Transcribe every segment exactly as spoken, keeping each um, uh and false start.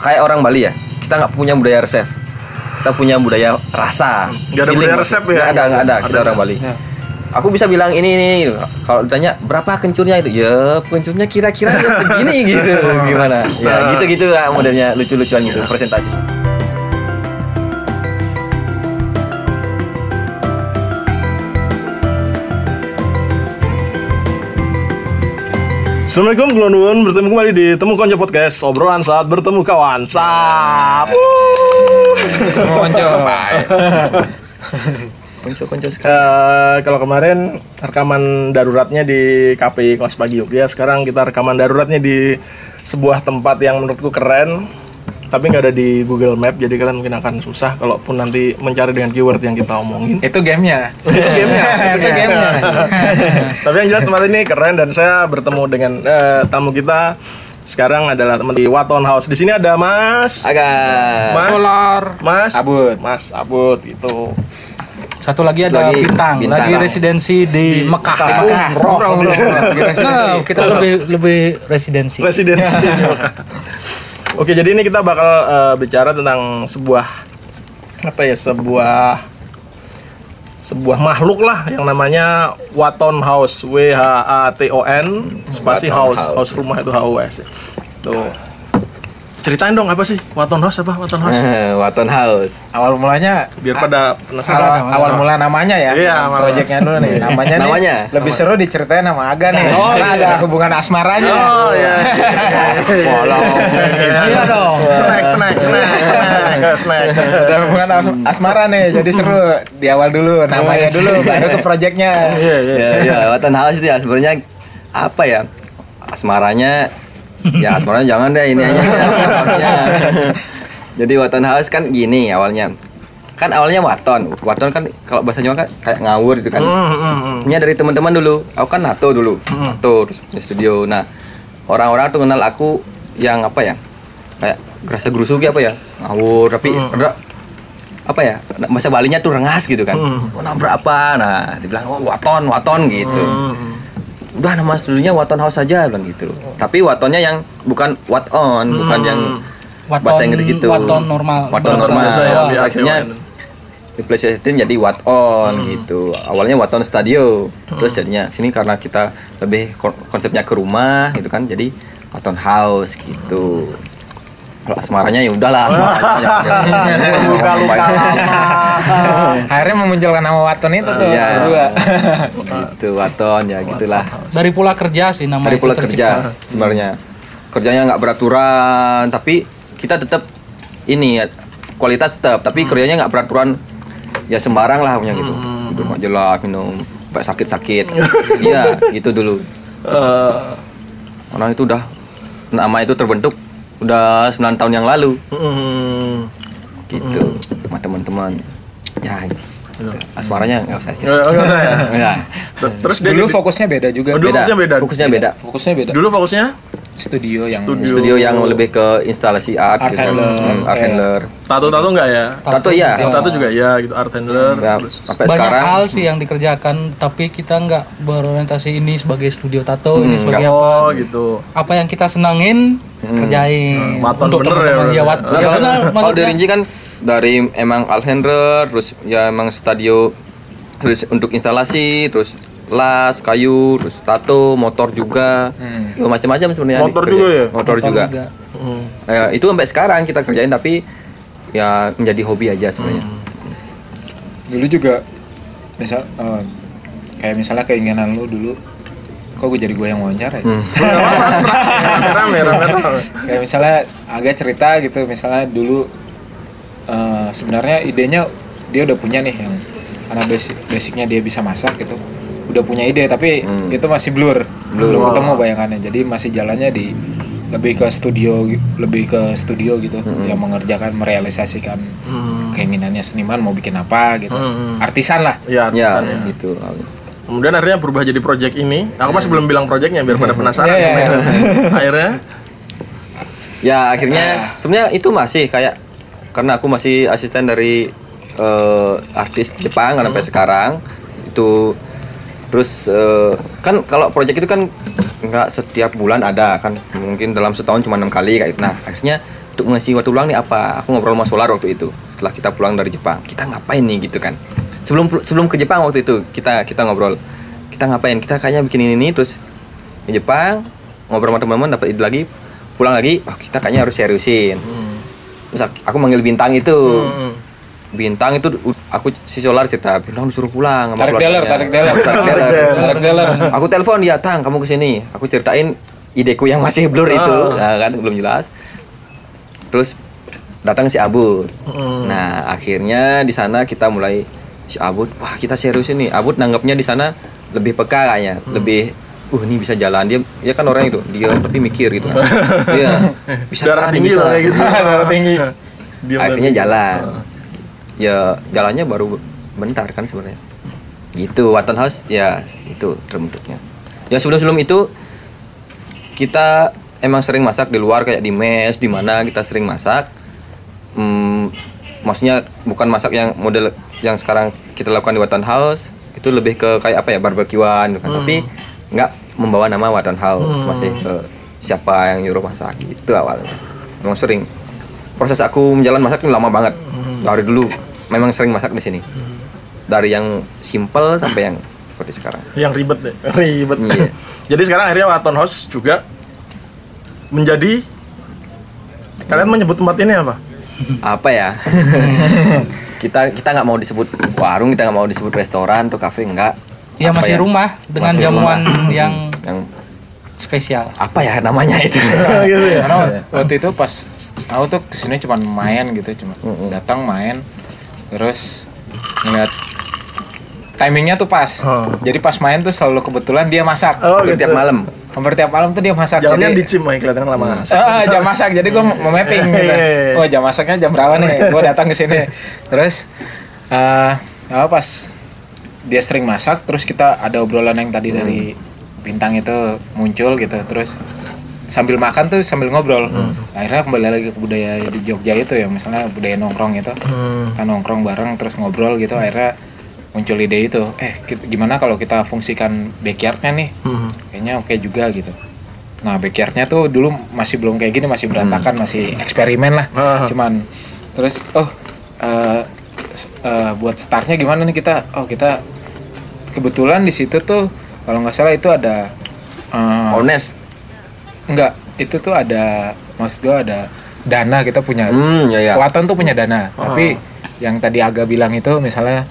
kayak orang Bali ya, kita nggak punya budaya resep, kita punya budaya rasa. Nggak ada budaya resep ya? Nggak ada, nggak ada. Kita orang Bali. Ya. Aku bisa bilang ini ini. Kalau ditanya berapa kencurnya itu, ya kencurnya kira-kira ya segini gitu. Gimana? Ya gitu-gitu lah modelnya, lucu-lucuan gitu presentasi. Assalamualaikum Glonwon, bertemu kembali di Temu Konco Podcast, obrolan saat bertemu kawan. Sap. Konco. Konco-konco sekali. Uh, kalau kemarin rekaman daruratnya di K P I Kelas Pagi Yogyakarta, sekarang kita rekaman daruratnya di sebuah tempat yang menurutku keren, tapi nggak ada di Google Map, jadi kalian mungkin akan susah kalaupun nanti mencari dengan keyword yang kita omongin. Itu gamenya. Itu gamenya. Itu gamenya. Tapi yang jelas tempat ini keren dan saya bertemu dengan uh, tamu kita sekarang adalah teman di Waton House. Di sini ada Mas Agak. Mas Solar. Mas Abut. Mas Abut gitu. Satu lagi ada Lagi Bintang, Bintang. lagi residensi di, Di Mekah. Mekah. Di Mekah. Umroh. Umroh, umroh. Nah, kita lebih lebih residensi. Residensi di Mekah. Oke, jadi ini kita bakal uh, bicara tentang sebuah apa ya, sebuah sebuah makhluk lah yang namanya Waton House, W H A T O N spasi Waton house. House. House rumah itu H U S. Tuh. Ceritain dong apa sih Waton House, apa Waton House? Waton House. Awal mulanya Biar pada awal, penasaran. awal mula namanya ya. Iya, malah. Proyeknya dulu nih. Namanya, Namanya? nih lebih seru diceritain sama Aga nih. Oh, Karena iya. ada hubungan asmaranya. Oh iya. Bolong. Iya dong. Snack, snack, snack, snack, snack. Ada hubungan as- asmara nih. Jadi seru di awal dulu namanya dulu baru ke proyeknya. Iya, iya. Ya, ya, Waton House itu ya sebenarnya apa ya? Asmaranya ya asmaranya jangan deh ini aja. Ya. Jadi Waton House kan gini awalnya. Kan awalnya Waton. Waton kan kalau bahasa Jawa kan kayak ngawur itu kan. Hmm, hmm, hmm. Punya dari teman-teman dulu. Aku kan nato dulu. Nato terus punya studio. Nah, orang-orang tuh kenal aku yang apa ya? Kayak gerasa gerusuki apa ya? Ngawur tapi rada- apa ya? Bahasa Balinya tuh rengas gitu kan. Hmm. Nah, berapa? Nah, dibilang oh Waton, Waton gitu. Hmm. Udah nama studionya Waton House saja bilang gitu. Tapi Watonnya yang bukan Wat on, bukan yang Waton, bahasa Inggris gitu. Waton normal. Waton Bahasa normal. Jawa. ya, Terus akhirnya di PlayStation jadi Wat on gitu. Awalnya Waton Studio. Terus jadinya sini karena kita lebih ko- konsepnya ke rumah gitu kan. Jadi Waton House gitu. Kalau asmaranya ya udahlah asmaranya. Luka-luka lama. Akhirnya memunculkan nama Waton itu tuh. Iya. Berdua. Gitu Waton ya gitulah. Dari pula kerja sih nama Dari itu pula tercipta. kerja sebenarnya. Kerjanya nggak beraturan, tapi kita tetap ini ya, kualitas tetap, tapi kerjanya nggak beraturan ya sembarang lah punya gitu. Tidur nggak jelas, minum sampai sakit-sakit. Iya, gitu dulu. Eh, Orang itu udah nama itu terbentuk udah sembilan tahun yang lalu hmm. gitu. Sama teman-teman. Ya, gitu. Asmaranya nggak usah. Eh, enggak usah ya. Ya. Terus dia Dulu jadi- fokusnya beda juga. Oh, dulu fokusnya beda. Fokusnya beda. Fokusnya beda. Dulu fokusnya Studio yang Studio. Studio yang lebih ke instalasi art, Art gitu kan. handler. Hmm, art Kayak- handler. tato-tato enggak ya? Tato iya. Oh, tato juga ya gitu, art handler. Ya, Terus sampai Banyak sekarang hal sih yang dikerjakan, tapi kita nggak berorientasi ini sebagai studio tato, ini Hmm, sebagai oh apa. gitu. Apa yang kita senangin, kerjain. Hmm, Waton Untuk bener teman-teman. ya, Ya, wat, berarti. ya, karena kalau maksudnya- dari Rinci kan dari emang art handler, terus ya emang studio, terus untuk instalasi, terus las, kayu, terus tato, motor juga, ya, macam-macam sebenarnya. Motor dikerjain. juga ya? Motor, juga. Hmm. Eh, itu sampai sekarang kita kerjain tapi ya menjadi hobi aja sebenarnya. dulu juga misal eh, kayak misalnya keinginan lu dulu, kok gue jadi gue yang wawancara ya? Hmm. Rame, rame, rame. Kayak misalnya agak cerita gitu, misalnya dulu eh, sebenarnya idenya dia udah punya nih, yang karena basic basicnya dia bisa masak gitu, udah punya ide tapi Hmm. itu masih blur, Blur. belum ketemu bayangannya, jadi masih jalannya di lebih ke studio, lebih ke studio gitu, Hmm. yang mengerjakan merealisasikan Hmm. keinginannya seniman mau bikin apa gitu, Hmm. artisan lah. Ya, Ya, artisan, ya. gitu. Kemudian akhirnya berubah jadi project ini. Aku masih belum bilang projectnya biar pada penasaran. Iya, iya. Akhirnya Ya akhirnya sebenarnya itu masih kayak karena aku masih asisten dari eh, artis Jepang kan sampai sekarang itu. Terus eh, kan kalau proyek itu kan nggak setiap bulan ada kan, mungkin dalam setahun cuma enam kali kayak gitu. Nah akhirnya untuk mengisi waktu luang nih apa? Aku ngobrol sama Solar waktu itu. Setelah kita pulang dari Jepang, kita ngapain nih gitu kan? Sebelum sebelum ke Jepang waktu itu kita kita ngobrol. Kita ngapain? Kita kayaknya bikin ini, ini terus ke Jepang ngobrol sama teman-teman dapat ide lagi, pulang lagi, oh kita kayaknya harus seriusin. Hmm. Terus aku manggil Bintang itu. Hmm. Bintang itu aku si Solar cerita, Bintang disuruh pulang sama tarik dealer, tarik dealer, tarik dealer. tarik dealer. Aku telepon dia, Tang, kamu kesini. Aku ceritain ideku yang masih blur itu, nah, kan belum jelas. Terus datang si Abud. Hmm. Nah, akhirnya di sana kita mulai si Abud, wah kita serius ini. Abud nanggapnya di sana lebih peka kayaknya, hmm. lebih uh ini bisa jalan. Dia dia kan orang itu, dia tapi mikir gitu kan. Iya. Bisa darah tinggi bisa. Lah gitu. Darah tinggi. Akhirnya jalan. Ya jalannya baru bentar kan sebenarnya. Gitu, Waton House ya itu bentuknya. Ya sebelum-sebelum itu kita emang sering masak di luar kayak di mes, di mana kita sering masak. Hmm, maksudnya bukan masak yang model yang sekarang kita lakukan di Waton House, itu lebih ke kayak apa ya, barbekyuan gitu kan. Hmm. Tapi nggak membawa nama Waton House, hmm. masih ke siapa yang nyuruh masak gitu awalnya. Memang sering. Proses aku menjalan masak ini lama banget. Hmm. Dari dulu memang sering masak di sini. Hmm. Dari yang simple sampai yang seperti sekarang. Yang ribet deh, ribet. Yeah. Jadi sekarang akhirnya Waton House juga menjadi, kalian menyebut tempat ini apa? Apa ya? kita kita nggak mau disebut warung, kita nggak mau disebut restoran atau kafe, enggak. Ya masih ya? Rumah dengan masih jamuan rumah. yang yang spesial. Apa ya namanya itu? Gitu ya. Karena waktu itu pas aku tuh kesini cuma main gitu, cuma mm-hmm. datang main, terus ngeliat timingnya tuh pas. Oh. Jadi pas main tuh selalu kebetulan dia masak. Oh, gitu. Tiap malam. Hampir tiap malam tuh dia masak. Jamnya di gym aja kelihatan lama. Ah, jam masak. Jadi gue mau mapping gitu. Oh, jam masaknya jam berapa nih? Gue datang ke sini. Terus uh, apa pas dia sering masak, terus kita ada obrolan yang tadi hmm. dari Bintang itu muncul gitu. Terus sambil makan tuh sambil ngobrol. Hmm. Akhirnya kembali lagi ke budaya di Jogja itu ya, misalnya budaya nongkrong itu. Hmm. Kita nongkrong bareng terus ngobrol gitu. Akhirnya muncul ide itu, eh kita, gimana kalau kita fungsikan backyardnya nih, hmm. kayaknya oke okay juga gitu. Nah backyardnya tuh dulu masih belum kayak gini, masih berantakan, hmm. masih eksperimen lah. Uh-huh. Cuman terus oh uh, uh, buat startnya gimana nih kita? Oh kita kebetulan di situ tuh kalau nggak salah itu ada uh, Honest. Enggak, itu tuh ada, maksud gue ada dana, kita punya. Hmm, ya, ya. Waton tuh punya dana, uh-huh. tapi yang tadi Aga bilang itu misalnya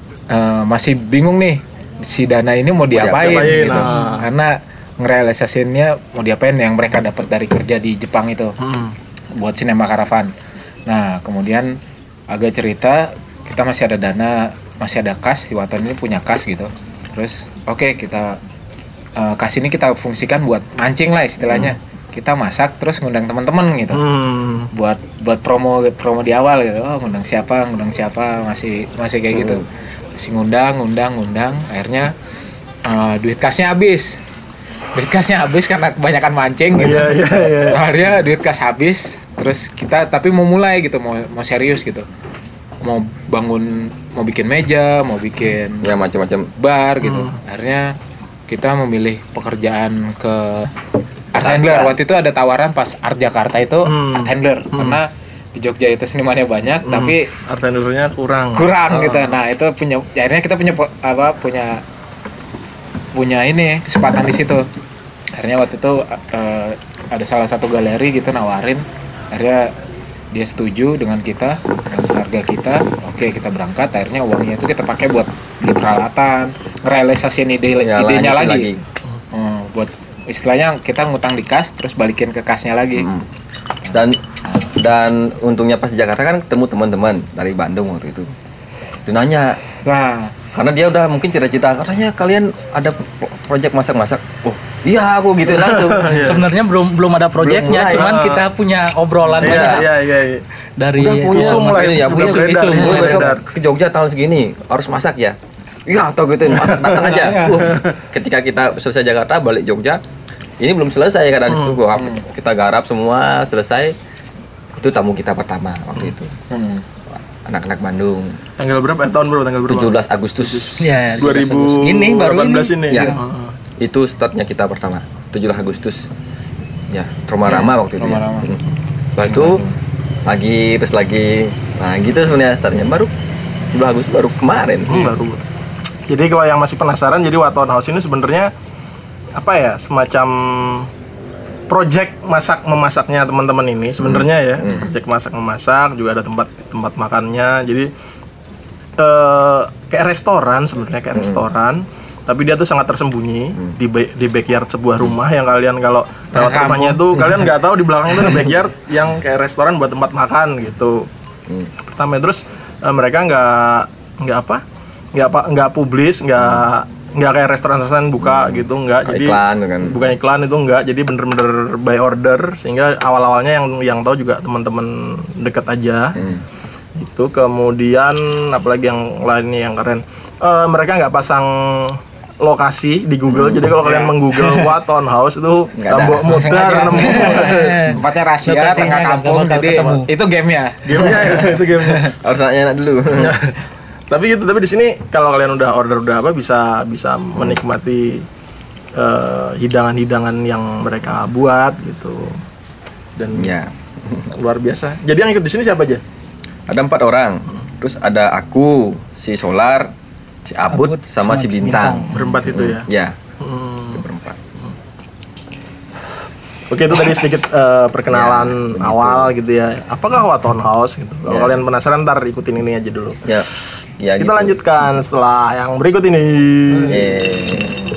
Uh, masih bingung nih si dana ini mau diapain, mau diapain gitu nah. Karena ngerealisasinya mau diapain yang mereka dapat dari kerja di Jepang itu hmm. buat Cinema Caravan. Nah kemudian agak cerita kita masih ada dana, masih ada kas, si Waton ini punya kas gitu. Terus oke okay, kita uh, kas ini kita fungsikan buat mancing lah istilahnya. hmm. Kita masak terus ngundang teman-teman gitu. hmm. buat buat promo promo di awal gitu. Oh ngundang siapa ngundang siapa masih masih kayak hmm. gitu. Si ngundang, ngundang, ngundang, akhirnya uh, duit kasnya habis, duit kasnya habis karena kebanyakan mancing gitu. Yeah, yeah, yeah. Akhirnya duit kas habis, terus kita tapi mau mulai gitu, mau mau serius gitu, mau bangun, mau bikin meja, mau bikin ya macam-macam bar gitu. Hmm. Akhirnya kita memilih pekerjaan ke art handler. Waktu itu ada tawaran pas Art Jakarta itu hmm. art handler, hmm. karena di Jogja itu senimannya banyak, hmm. tapi art handlernya kurang. Kurang oh. gitu. Nah, itu punya akhirnya kita punya apa punya punya ini kesempatan di situ. Akhirnya waktu itu uh, ada salah satu galeri gitu nawarin. Akhirnya dia setuju dengan kita, dengan harga kita. Oke, kita berangkat. Akhirnya uangnya itu kita pakai buat beli peralatan, ngerealisasiin ide ya, idenya lagi. lagi. Hmm, buat istilahnya kita ngutang di kas terus balikin ke kasnya lagi. Hmm. Dan dan untungnya pas di Jakarta kan ketemu teman-teman dari Bandung waktu itu. Dia nanya, nah, karena dia udah mungkin cita-cita katanya kalian ada proyek masak-masak. Oh, iya aku gitu langsung. Sebenarnya belum belum ada proyeknya, cuman kita punya obrolan iya, banyak. Iya, iya, iya. Dari isung lah ya, punya isung, isung. Besok ke Jogja tahun segini harus masak ya. Iya, atau gitu masak datang aja. Uh, ketika kita selesai Jakarta balik Jogja, ini belum selesai kan dari situ gua hmm. kita garap semua selesai. Itu tamu kita pertama waktu itu. Hmm. Anak-anak Bandung. Tanggal berapa? Eh, tahun berapa? Tanggal berapa? tujuh belas Agustus. Ya, dua ribu ini baru ini. ini. Ya. Oh. Itu startnya kita pertama. tujuh belas Agustus. Ya, Roma Rama ya, waktu itu. Roma Rama. Ya. Setelah itu lagi terus lagi, nah gitu sebenarnya startnya baru bagus baru kemarin. Hmm, baru. Jadi kalau yang masih penasaran, jadi Waton House ini sebenarnya apa ya, semacam project masak memasaknya teman-teman ini sebenarnya ya. Hmm. Project masak memasak, juga ada tempat tempat makannya. Jadi eh, kayak restoran sebenarnya kayak Hmm. restoran, tapi dia tuh sangat tersembunyi hmm. di ba- di backyard sebuah rumah yang kalian kalau lewat rumahnya tuh kalian nggak tahu di belakangnya itu ada backyard yang kayak restoran buat tempat makan gitu. Hmm. Pertama terus eh, mereka nggak nggak apa nggak apa nggak publis nggak nggak kayak restoran-restoran buka hmm. gitu nggak, jadi iklan kan, bukan iklan itu nggak, jadi bener-bener by order, sehingga awal-awalnya yang yang tahu juga teman-teman deket aja hmm. itu. Kemudian apalagi yang lainnya yang keren, uh, mereka nggak pasang lokasi di Google, hmm. jadi kalau kalian menggoogle Waton House itu tambok muter nemu tempatnya rahasia tengah kampung, jadi ketemu. Itu gamenya gamenya itu gamenya harus nanya dulu. Tapi gitu, tapi di sini kalau kalian udah order udah apa bisa bisa menikmati uh, hidangan-hidangan yang mereka buat gitu, dan ya. luar biasa. Jadi yang ikut di sini siapa aja? Ada empat orang, terus ada aku, si Solar, si Abud, Abud sama, sama si si Bintang. Bintang. Berempat itu ya. Ya, Hmm. itu berempat. Oke, itu tadi sedikit uh, perkenalan Ya, awal gitu ya. Apakah Waton House gitu? Kalau Ya. kalian penasaran, ntar ikutin ini aja dulu. Ya, ya. Kita gitu. lanjutkan setelah yang berikut ini. Yeay.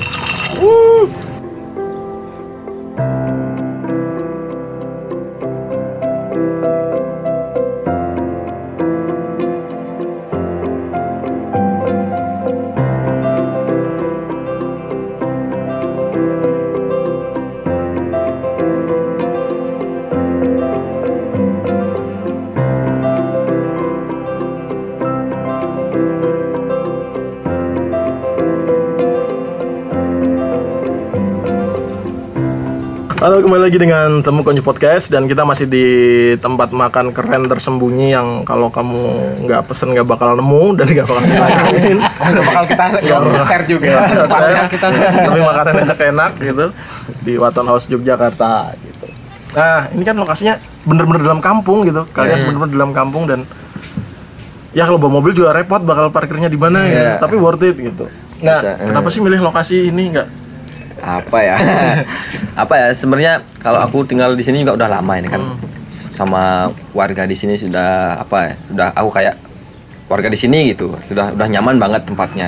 Halo, kembali lagi dengan Temu Konyo Podcast, dan kita masih di tempat makan keren tersembunyi yang kalau kamu nggak pesen nggak bakal nemu dan nggak bakal ditanyain. Nggak bakal kita share juga. Saya kita share, tapi makanan enak-enak gitu di Waton House Yogyakarta gitu. Nah, ini kan lokasinya bener-bener dalam kampung gitu. Kalian bener-bener dalam kampung, dan ya kalau bawa mobil juga repot bakal parkirnya di mana Yeah. ya. Tapi worth it gitu. Nah, Bisa, eh. kenapa sih milih lokasi ini nggak? Apa ya? Apa ya? Sebenarnya kalau aku tinggal di sini juga udah lama ini kan. Hmm. Sama warga di sini sudah apa ya? Udah aku kayak warga di sini gitu. Sudah udah nyaman banget tempatnya.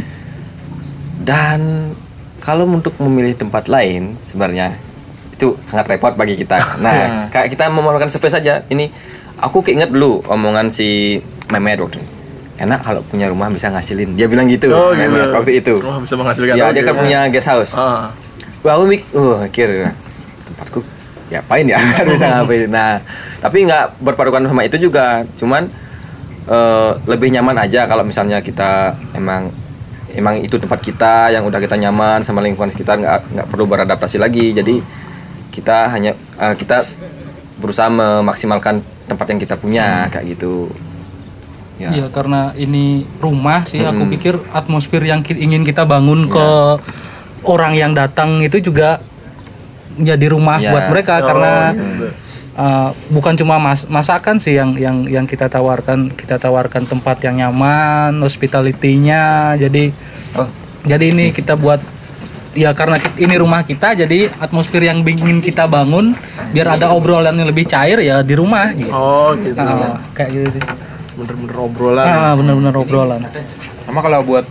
Dan kalau untuk memilih tempat lain sebenarnya itu sangat repot bagi kita. Nah, kayak kita memerlukan space saja. Ini aku keinget dulu omongan si Mehmet waktu itu. Enak kalau punya rumah bisa ngasilin. Dia bilang gitu. Oh, Mehmet gitu. waktu itu. Rumah bisa menghasilkan. Ya, Oke. dia kan punya guest house. Ah. Wah, aku mik, uh, mikir tempatku ya apain ya, bisa ngapain. Nah, tapi nggak berpadukan sama itu juga. Cuman eh, lebih nyaman aja kalau misalnya kita emang emang itu tempat kita yang udah kita nyaman sama lingkungan sekitar, nggak nggak perlu beradaptasi lagi. Jadi kita hanya eh, kita berusaha memaksimalkan tempat yang kita punya kayak gitu. Ya. Iya, karena ini rumah sih, aku Hmm. pikir atmosfer yang ki- ingin kita bangun ke orang yang datang itu juga jadi rumah Ya. buat mereka, Oh, karena gitu. uh, bukan cuma mas- masakan sih yang yang yang kita tawarkan, kita tawarkan tempat yang nyaman, hospitality-nya. Jadi Oh, jadi ini kita buat ya karena ki- ini rumah kita, jadi atmosfer yang ingin kita bangun biar ada obrolan yang lebih cair ya di rumah gitu. Oh, gitu. Ah, kayak gitu sih. Bener-bener obrolan. Ah, bener-bener obrolan. Sama kalau buat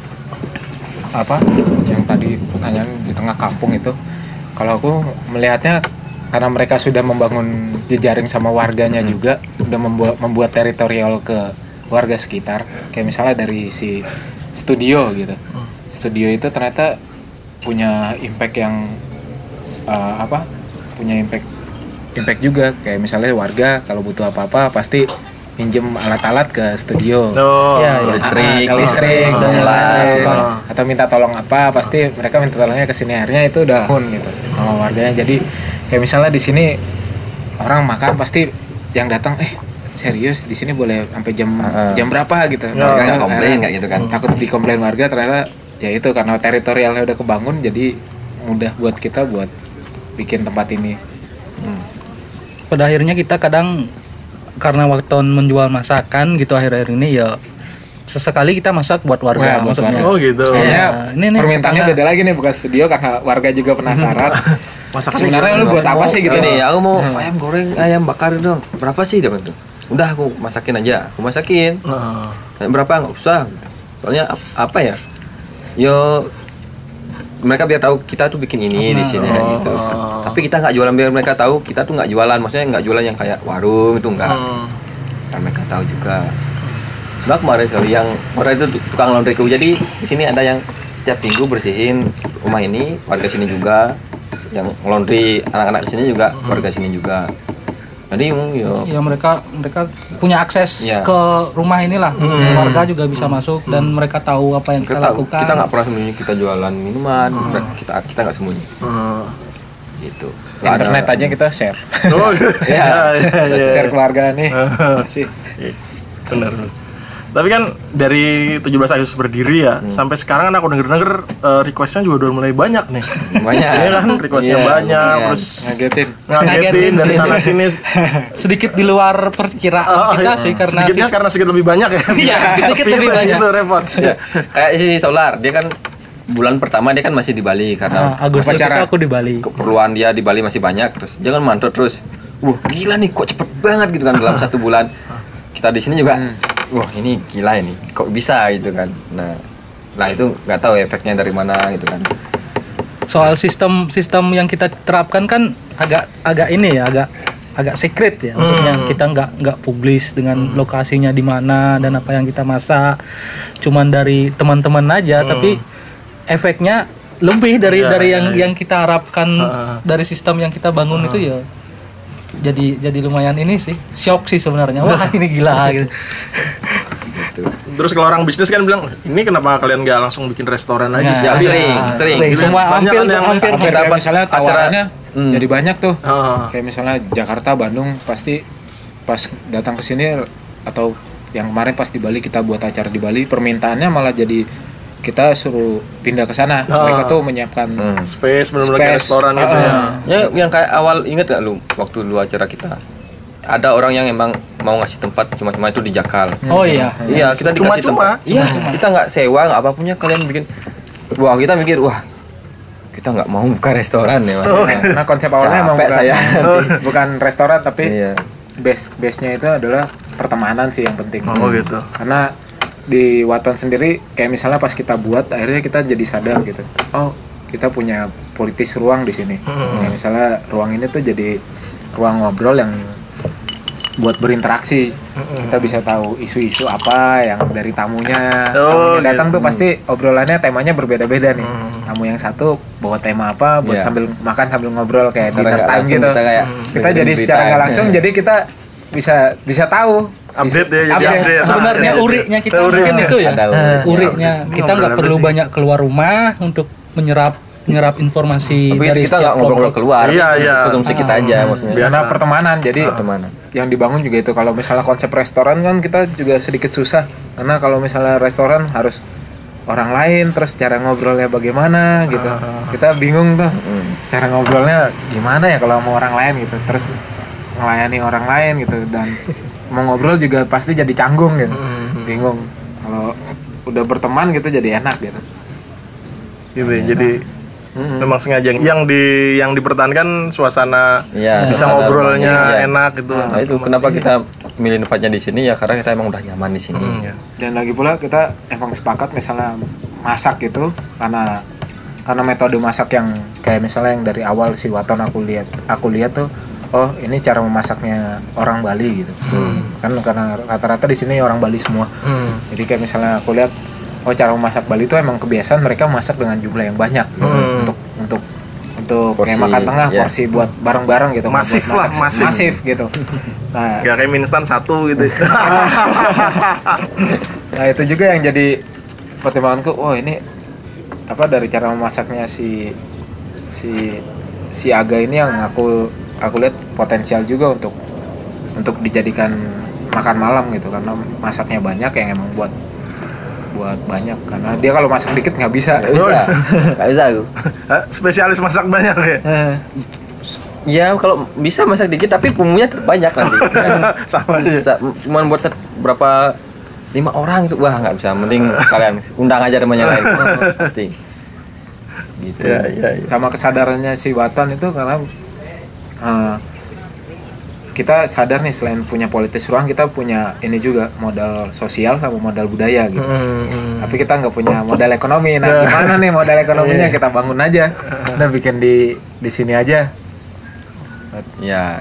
apa yang tadi pertanyaan di tengah kampung itu, kalau aku melihatnya karena mereka sudah membangun jejaring sama warganya juga, udah membuat membuat teritorial ke warga sekitar. Kayak misalnya dari si studio gitu. Studio itu ternyata punya impact yang uh, apa? Punya impact impact juga. Kayak misalnya warga kalau butuh apa-apa pasti pinjem alat-alat ke studio. Oh, Ya, ya. listrik, Ah, ke listrik, oh, dan las, lain-lain. gitu. Atau minta tolong apa, pasti mereka minta tolongnya ke sini, akhirnya itu udah pun gitu sama warganya. Jadi kayak misalnya di sini orang makan pasti yang datang eh serius di sini boleh sampai jam Uh-uh. jam berapa gitu. Ya, Mereka nggak Karena komplain kayak gitu kan. Takut dikomplain warga, ternyata ya itu karena teritorialnya udah kebangun, jadi mudah buat kita buat bikin tempat ini. pada akhirnya kita kadang karena waktu menjual masakan gitu akhir-akhir ini ya sesekali kita masak buat warga. Wah, buat maksudnya. warga. Oh gitu. Ya, ini nih Permintaannya tetangga. beda lagi nih, bukan studio karena warga juga penasaran. Masak Sebenarnya lu buat apa sih gitu? Gini, aku mau ayam goreng, ayam bakar dong. Berapa sih dia gitu? Udah aku masakin aja, aku masakin. Heeh. Berapa nggak usah. Soalnya ap- apa ya? Yo mereka biar tahu kita tuh bikin ini di sini kayak gitu. Tapi kita nggak jualan biar mereka tahu kita tuh nggak jualan. Maksudnya nggak jualan yang kayak warung itu nggak. Hmm. Kan mereka tahu juga. Nah kemarin tuh yang kemarin itu tukang laundryku. Jadi di sini ada yang setiap minggu bersihin rumah ini, warga sini juga. Yang laundry anak-anak sini juga, warga sini juga. Jadi yo Ya mereka mereka punya akses Ya. ke rumah inilah. Warga juga bisa masuk dan mereka tahu apa yang kita, kita tahu, lakukan. kita nggak pernah sembunyi kita jualan minuman, kita kita nggak sembunyi Hmm. gitu. Nggak ada- Internet aja kita share. Oh iya iya iya. Share keluarga nih. Sih. Benar. Tapi kan dari tujuh belas Agustus berdiri ya, sampai sekarang kan aku denger-denger eh, request-nya juga udah mulai banyak nih. banyak. Iya kan, request-nya Iya, banyak, lumayan. terus Ngagetin. ngagetin Ngagetin dari sih. sana sini. Sedikit di luar perkiraan Oh, kita iya. sih karena sedikitnya sis- karena sedikit lebih banyak ya. Iya, sedikit Sepi lebih itu, banyak. Itu repot. Ya, kayak si Solar, dia kan bulan pertama dia kan masih di Bali karena Nah, Agustus itu upacara. aku di Bali. keperluan dia di Bali masih banyak, terus jangan mantul terus. Wah gila nih kok cepet banget gitu kan dalam satu bulan. Kita di sini juga, wah ini gila ini, kok bisa gitu kan. Nah, nah itu nggak tahu efeknya dari mana gitu kan. Soal sistem sistem yang kita terapkan kan agak agak ini ya, agak agak secret ya. Maksudnya kita nggak nggak publis dengan lokasinya di mana dan apa yang kita masak. Cuman dari teman-teman aja, tapi efeknya lebih dari Iya, dari iya, yang iya. yang kita harapkan dari sistem yang kita bangun itu ya. Jadi jadi lumayan ini sih, shock sih sebenarnya. Wah, ini gila gitu. Terus kalau orang bisnis kan bilang, ini kenapa kalian nggak langsung bikin restoran aja Nah, sih? Ya, Iya. sering, sering. Semua Banyak hampir kan yang- hampir Hampir Dapat kayak misalnya acara- tawarannya Hmm. jadi banyak tuh. Oh. Kayak misalnya Jakarta, Bandung pasti pas datang ke sini atau yang kemarin pas di Bali kita buat acara di Bali, permintaannya malah jadi kita suruh pindah ke sana. Ah. Mereka tuh menyiapkan Hmm. Space benar-benar kayak Space. restoran gitu ya. Ah. Ya yang kayak awal inget gak lu waktu lu acara kita? Ada orang yang emang mau ngasih tempat cuma-cuma itu di Jakal. Oh iya. Iya, kita dikasih Cuma-cuma? tempat. Iya, kita nggak sewa, nggak apa punya kalian bikin. Wah, kita mikir, wah, kita nggak mau buka restoran ya, Mas. Nah, konsep awalnya emang Capek bukan, saya. bukan restoran tapi Iya. base base-nya itu adalah pertemanan sih yang penting. Oh gitu. Karena di Waton sendiri kayak misalnya pas kita buat akhirnya kita jadi sadar gitu. Oh, kita punya politis ruang di sini. Hmm. Kayak misalnya ruang ini tuh jadi ruang ngobrol yang buat berinteraksi. Kita bisa tahu isu-isu apa yang dari tamunya. Oh, Tamunya datang gitu. tuh pasti obrolannya temanya berbeda-beda nih. Tamu yang satu bawa tema apa buat Iya. sambil makan sambil ngobrol kayak Secara dinner nggak time langsung gitu. kita kayak Kita dengerin jadi secara berita. nggak langsung jadi kita bisa bisa tahu Update ya, jadi Update. update. Sebenarnya Ah, iya, uriknya kita Teori. mungkin itu ya. Ada uriknya. Uriknya Ini kita ngobrol nggak apa perlu sih? banyak keluar rumah untuk menyerap menyerap informasi Tapi dari kita nggak setiap ngobrol kelompok. keluar, Iya, itu iya. konsumsi kita aja maksudnya. karena pertemanan jadi Pertemanan. yang dibangun juga itu kalau misalnya konsep restoran kan kita juga sedikit susah karena kalau misalnya restoran harus orang lain terus cara ngobrolnya bagaimana gitu kita bingung tuh cara ngobrolnya gimana ya kalau mau orang lain gitu terus melayani orang lain gitu dan mau ngobrol juga pasti jadi canggung gitu bingung kalau udah berteman gitu jadi enak gitu. Gitu ya, jadi memang sengaja yang di yang dipertahankan suasana Iya, bisa suasana ngobrolnya rumahnya, iya. enak gitu. Nah, itu kenapa kita milih tempatnya di sini ya karena kita emang udah nyaman di sini. Hmm, ya. Dan lagi pula kita emang sepakat misalnya masak gitu karena karena metode masak yang kayak misalnya yang dari awal si Waton aku lihat aku lihat tuh oh ini cara memasaknya orang Bali gitu kan karena rata-rata di sini orang Bali semua Hmm. jadi kayak misalnya aku lihat oh cara memasak Bali itu emang kebiasaan mereka masak dengan jumlah yang banyak gitu. Hmm. untuk untuk untuk kayak Porsi, makan tengah ya. porsi buat bareng-bareng gitu nggak Masif buat lah, masak masif. masif gitu nah Gak kayak mie instan satu gitu. Nah itu juga yang jadi pertimbanganku. Oh ini apa dari cara memasaknya si si si Aga ini yang aku aku lihat potensial juga untuk untuk dijadikan makan malam gitu karena masaknya banyak yang emang buat buat banyak karena dia kalau masak dikit nggak bisa. Nggak bisa, nggak bisa aku. Hah? Spesialis masak banyak ya. Ya kalau bisa masak dikit tapi bumbunya tetap banyak nanti. Sama Bisa, cuman buat set, berapa lima orang itu wah nggak bisa. Mending sekalian undang aja temannya lain. Pasti. Gitu. Ya, ya, ya. Sama kesadarannya si Waton itu karena uh, kita sadar nih selain punya politis ruang kita punya ini juga modal sosial sama modal budaya gitu. Hmm, hmm. Tapi kita nggak punya modal ekonomi. Nah gimana nih modal ekonominya kita bangun aja. Udah bikin di di sini aja. Ya.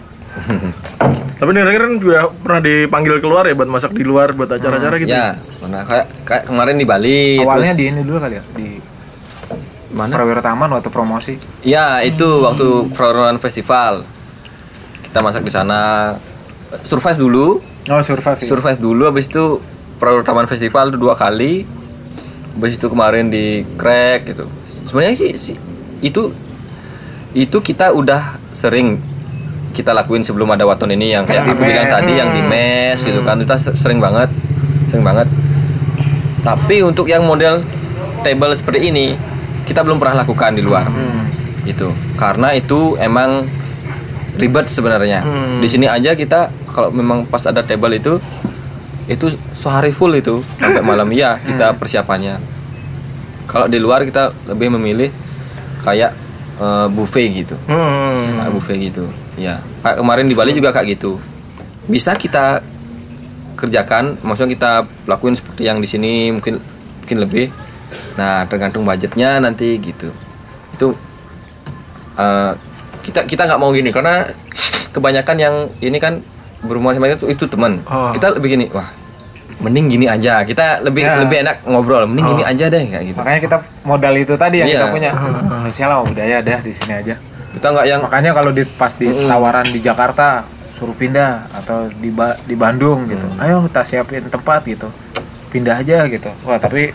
Tapi dengar kan juga pernah dipanggil keluar ya buat masak di luar buat acara-acara gitu. Ya, pernah kayak, kayak kemarin di Bali. Awalnya terus, di ini dulu kali ya di mana? Prawira Taman waktu promosi. Ya, itu waktu Prawira Festival. Kita masak di sana. Survive dulu. Oh survive. Ya. Survive dulu habis itu Prawira Taman Festival itu dua kali. Habis itu kemarin di Crack gitu. Sebenarnya sih si, itu itu kita udah sering kita lakuin sebelum ada Waton ini yang kayak aku bilang tadi yang di mes gitu kan kita sering banget sering banget tapi untuk yang model table seperti ini kita belum pernah lakukan di luar hmm. gitu karena itu emang ribet sebenarnya hmm. di sini aja kita kalau memang pas ada table itu itu sehari full itu sampai malam ya kita persiapannya kalau di luar kita lebih memilih kayak uh, buffet gitu hmm. nah, buffet gitu ya, kayak kemarin di Bali juga kayak gitu. Bisa kita kerjakan, maksudnya kita lakuin seperti yang di sini mungkin mungkin lebih. Nah, tergantung budgetnya nanti gitu. Itu uh, kita kita nggak mau gini karena kebanyakan yang ini kan berhubungan sama itu itu teman. Oh. Kita lebih gini, wah, mending gini aja. Kita lebih ya. lebih enak ngobrol. Mending oh. gini aja deh kayak gitu. Makanya kita modal itu tadi yang iya. kita punya. Sosial sama budaya dah di sini aja. Kita nggak yang makanya kalau di pas di mm. tawaran di Jakarta suruh pindah atau di ba, di Bandung gitu mm. ayo kita siapin tempat gitu pindah aja gitu wah tapi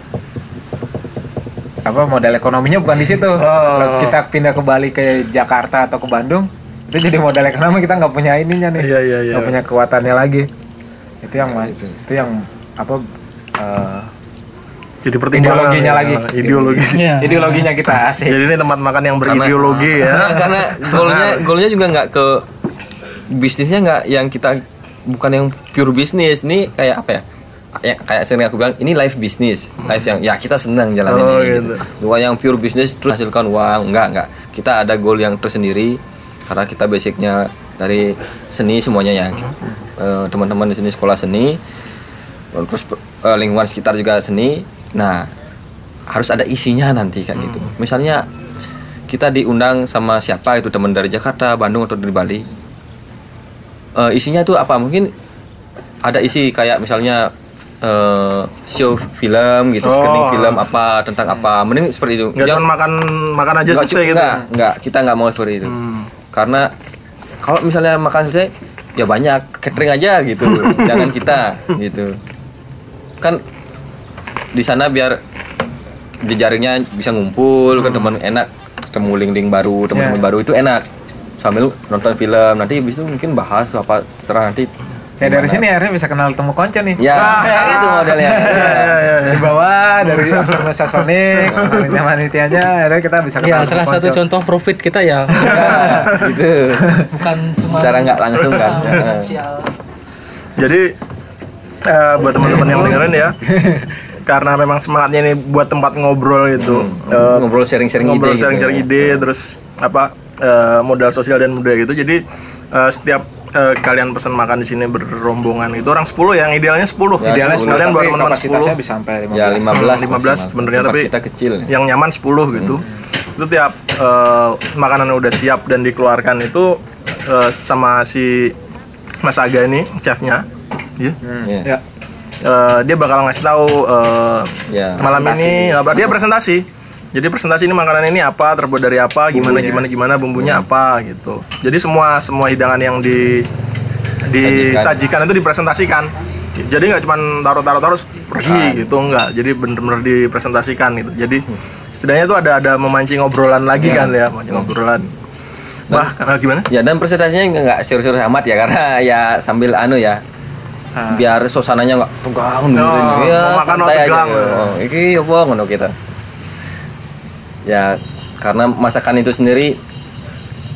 apa modal ekonominya bukan di situ oh. Kalau kita pindah ke Bali ke Jakarta atau ke Bandung itu jadi modal ekonomi kita nggak punya ininya nih yeah, yeah, yeah. nggak punya kekuatannya lagi itu yang ya, itu. itu yang apa uh, jadi pertimbangan ideologinya ya, lagi ideologi ya. Ideologinya kita asik. Jadi ini tempat makan yang berideologi ya karena, karena goalnya goalnya juga nggak ke bisnisnya nggak yang kita bukan yang pure bisnis ini kayak apa ya ya kayak sering aku bilang ini live bisnis live yang ya kita senang jalanin oh, ini gitu. gitu. Bukan yang pure bisnis terus hasilkan uang enggak enggak kita ada goal yang tersendiri karena kita basicnya dari seni semuanya ya uh, teman-teman di sini sekolah seni terus uh, lingkungan sekitar juga seni. Nah, harus ada isinya nanti kayak hmm. gitu. Misalnya kita diundang sama siapa itu teman dari Jakarta, Bandung atau dari Bali. Uh, isinya tuh apa? Mungkin ada isi kayak misalnya uh, show film gitu, oh. screening film apa tentang apa. Mending seperti itu. Enggak cuma makan makan aja selesai gitu. Enggak, enggak, kita enggak mau seperti itu. Hmm. Karena kalau misalnya makan selesai ya banyak catering aja gitu. Jangan kita gitu. Kan di sana biar jejaringnya bisa ngumpul hmm. kan teman enak ketemu link-link baru teman-teman yeah. baru itu enak sambil nonton film nanti habis itu mungkin bahas apa serah nanti ya dari sini akhirnya bisa kenal temu konco nih ya ah, itu modelnya ya, ya, ya. Di bawah dari Afternoon Sonic panitia-panitianya akhirnya kita bisa kenal ya salah satu contoh profit kita ya, ya gitu bukan cuma secara nggak langsung kan jadi uh, buat teman-teman yang dengerin ya karena memang semangatnya ini buat tempat ngobrol itu hmm. uh, ngobrol sharing-sharing ngobrol ide sharing-sharing gitu. ide terus apa uh, modal sosial dan budaya gitu jadi uh, setiap uh, kalian pesan makan di sini berombongan itu orang sepuluh yang idealnya sepuluh ya, idealnya sekalian buat teman-teman sepuluh bisa sampai lima belas ya lima belas lima belas sebenarnya tapi kita kecil yang nyaman sepuluh gitu hmm. itu tiap uh, makanan udah siap dan dikeluarkan itu uh, sama si Mas Aga ini chefnya yeah. Hmm. Yeah. ya Uh, dia bakal ngasih tahu uh, ya, malam ini apa dia presentasi. Jadi presentasi ini makanan ini apa, terbuat dari apa, gimana bumbunya. gimana gimana bumbunya hmm. apa gitu. Jadi semua semua hidangan yang di disajikan itu dipresentasikan. Jadi nggak cuma taruh-taruh terus pergi nah. gitu enggak. Jadi bener-bener dipresentasikan gitu. Jadi setidaknya itu ada ada memancing obrolan lagi ya. kan ya, memancing hmm. obrolan. Bah, dan, gimana? Ya dan presentasinya nggak serius-serius amat ya karena ya sambil anu ya. Ha. Biar suasananya nggak tegang dulu oh, ya santai aja oh, iki apa ngono kita ya karena masakan itu sendiri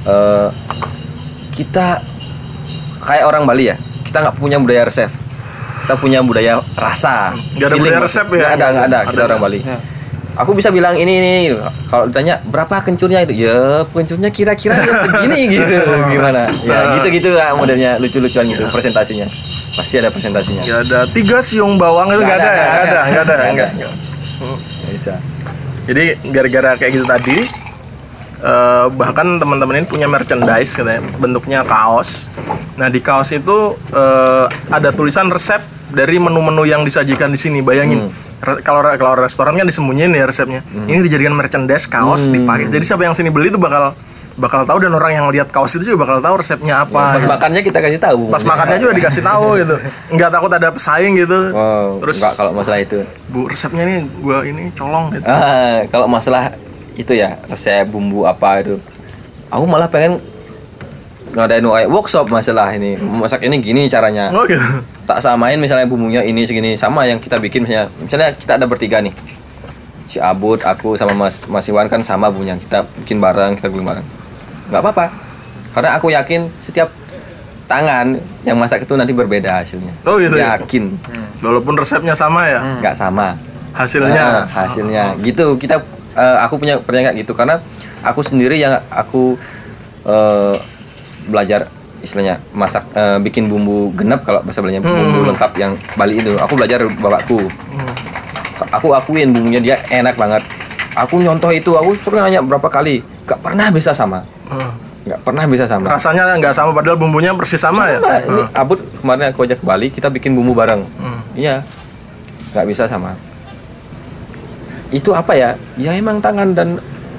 uh, kita kayak orang Bali ya, kita nggak punya budaya resep, kita punya budaya rasa. Nggak ada budaya resep ya? Nggak ada, nggak ada. Kita orang Bali. Ya. Aku bisa bilang ini ini. Kalau ditanya berapa kencurnya itu, ya kencurnya kira-kira ya segini gitu. Gimana? Ya gitu-gitu lah modelnya, lucu-lucuan gitu presentasinya. Pasti ada presentasinya. Nggak ada tiga siung bawang itu nggak ada, ya? Nggak ada, nggak ada, nggak ada. Nggak bisa. Jadi gara-gara kayak gitu tadi, uh, bahkan teman-teman ini punya merchandise katanya, bentuknya kaos. Nah di kaos itu uh, ada tulisan resep dari menu-menu yang disajikan di sini. Bayangin, hmm. kalau kalau restoran kan disembunyiin ya resepnya. Hmm. Ini dijadikan merchandise kaos, hmm. dipakai. Jadi siapa yang sini beli itu bakal bakal tahu, dan orang yang lihat kaos itu juga bakal tahu resepnya apa. Ya, pas gitu. Makannya kita kasih tahu. Pas ya. Makannya juga dikasih tahu gitu. Nggak takut ada pesaing gitu. Wow, terus enggak kalau masalah itu. Bu, resepnya nih gua ini colong gitu. Ah, kalau masalah itu ya, resep bumbu apa itu. Aku malah pengen ngadain kayak workshop masalah ini. Masak ini gini caranya. Oh gitu. Tak samain misalnya bumbunya ini segini sama yang kita bikin misalnya. Misalnya kita ada bertiga nih. Si Abud, aku sama Mas Mas Iwan kan sama bumbunya. Kita bikin bareng, kita gulung bareng. Nggak apa-apa, karena aku yakin setiap tangan yang masak itu nanti berbeda hasilnya. Oh gitu. Yakin. Ya? Walaupun resepnya sama ya. Nggak sama. Hasilnya. Nah, hasilnya. Gitu kita. Uh, aku punya percaya gitu karena aku sendiri yang aku uh, belajar istilahnya masak, uh, bikin bumbu genep kalau bahasa Balinya, hmm. bumbu lengkap yang Bali itu. Aku belajar dari bapakku. Hmm. Aku akuin bumbunya dia enak banget. Aku nyontoh itu, aku suruh nanya berapa kali, gak pernah bisa sama. Hmm. Gak pernah bisa sama. Rasanya nggak sama, padahal bumbunya persis sama, sama ya. Ini hmm. Abud kemarin aku ajak ke Bali, kita bikin bumbu bareng. Hmm. Iya, nggak bisa sama. Itu apa ya? Ya emang tangan, dan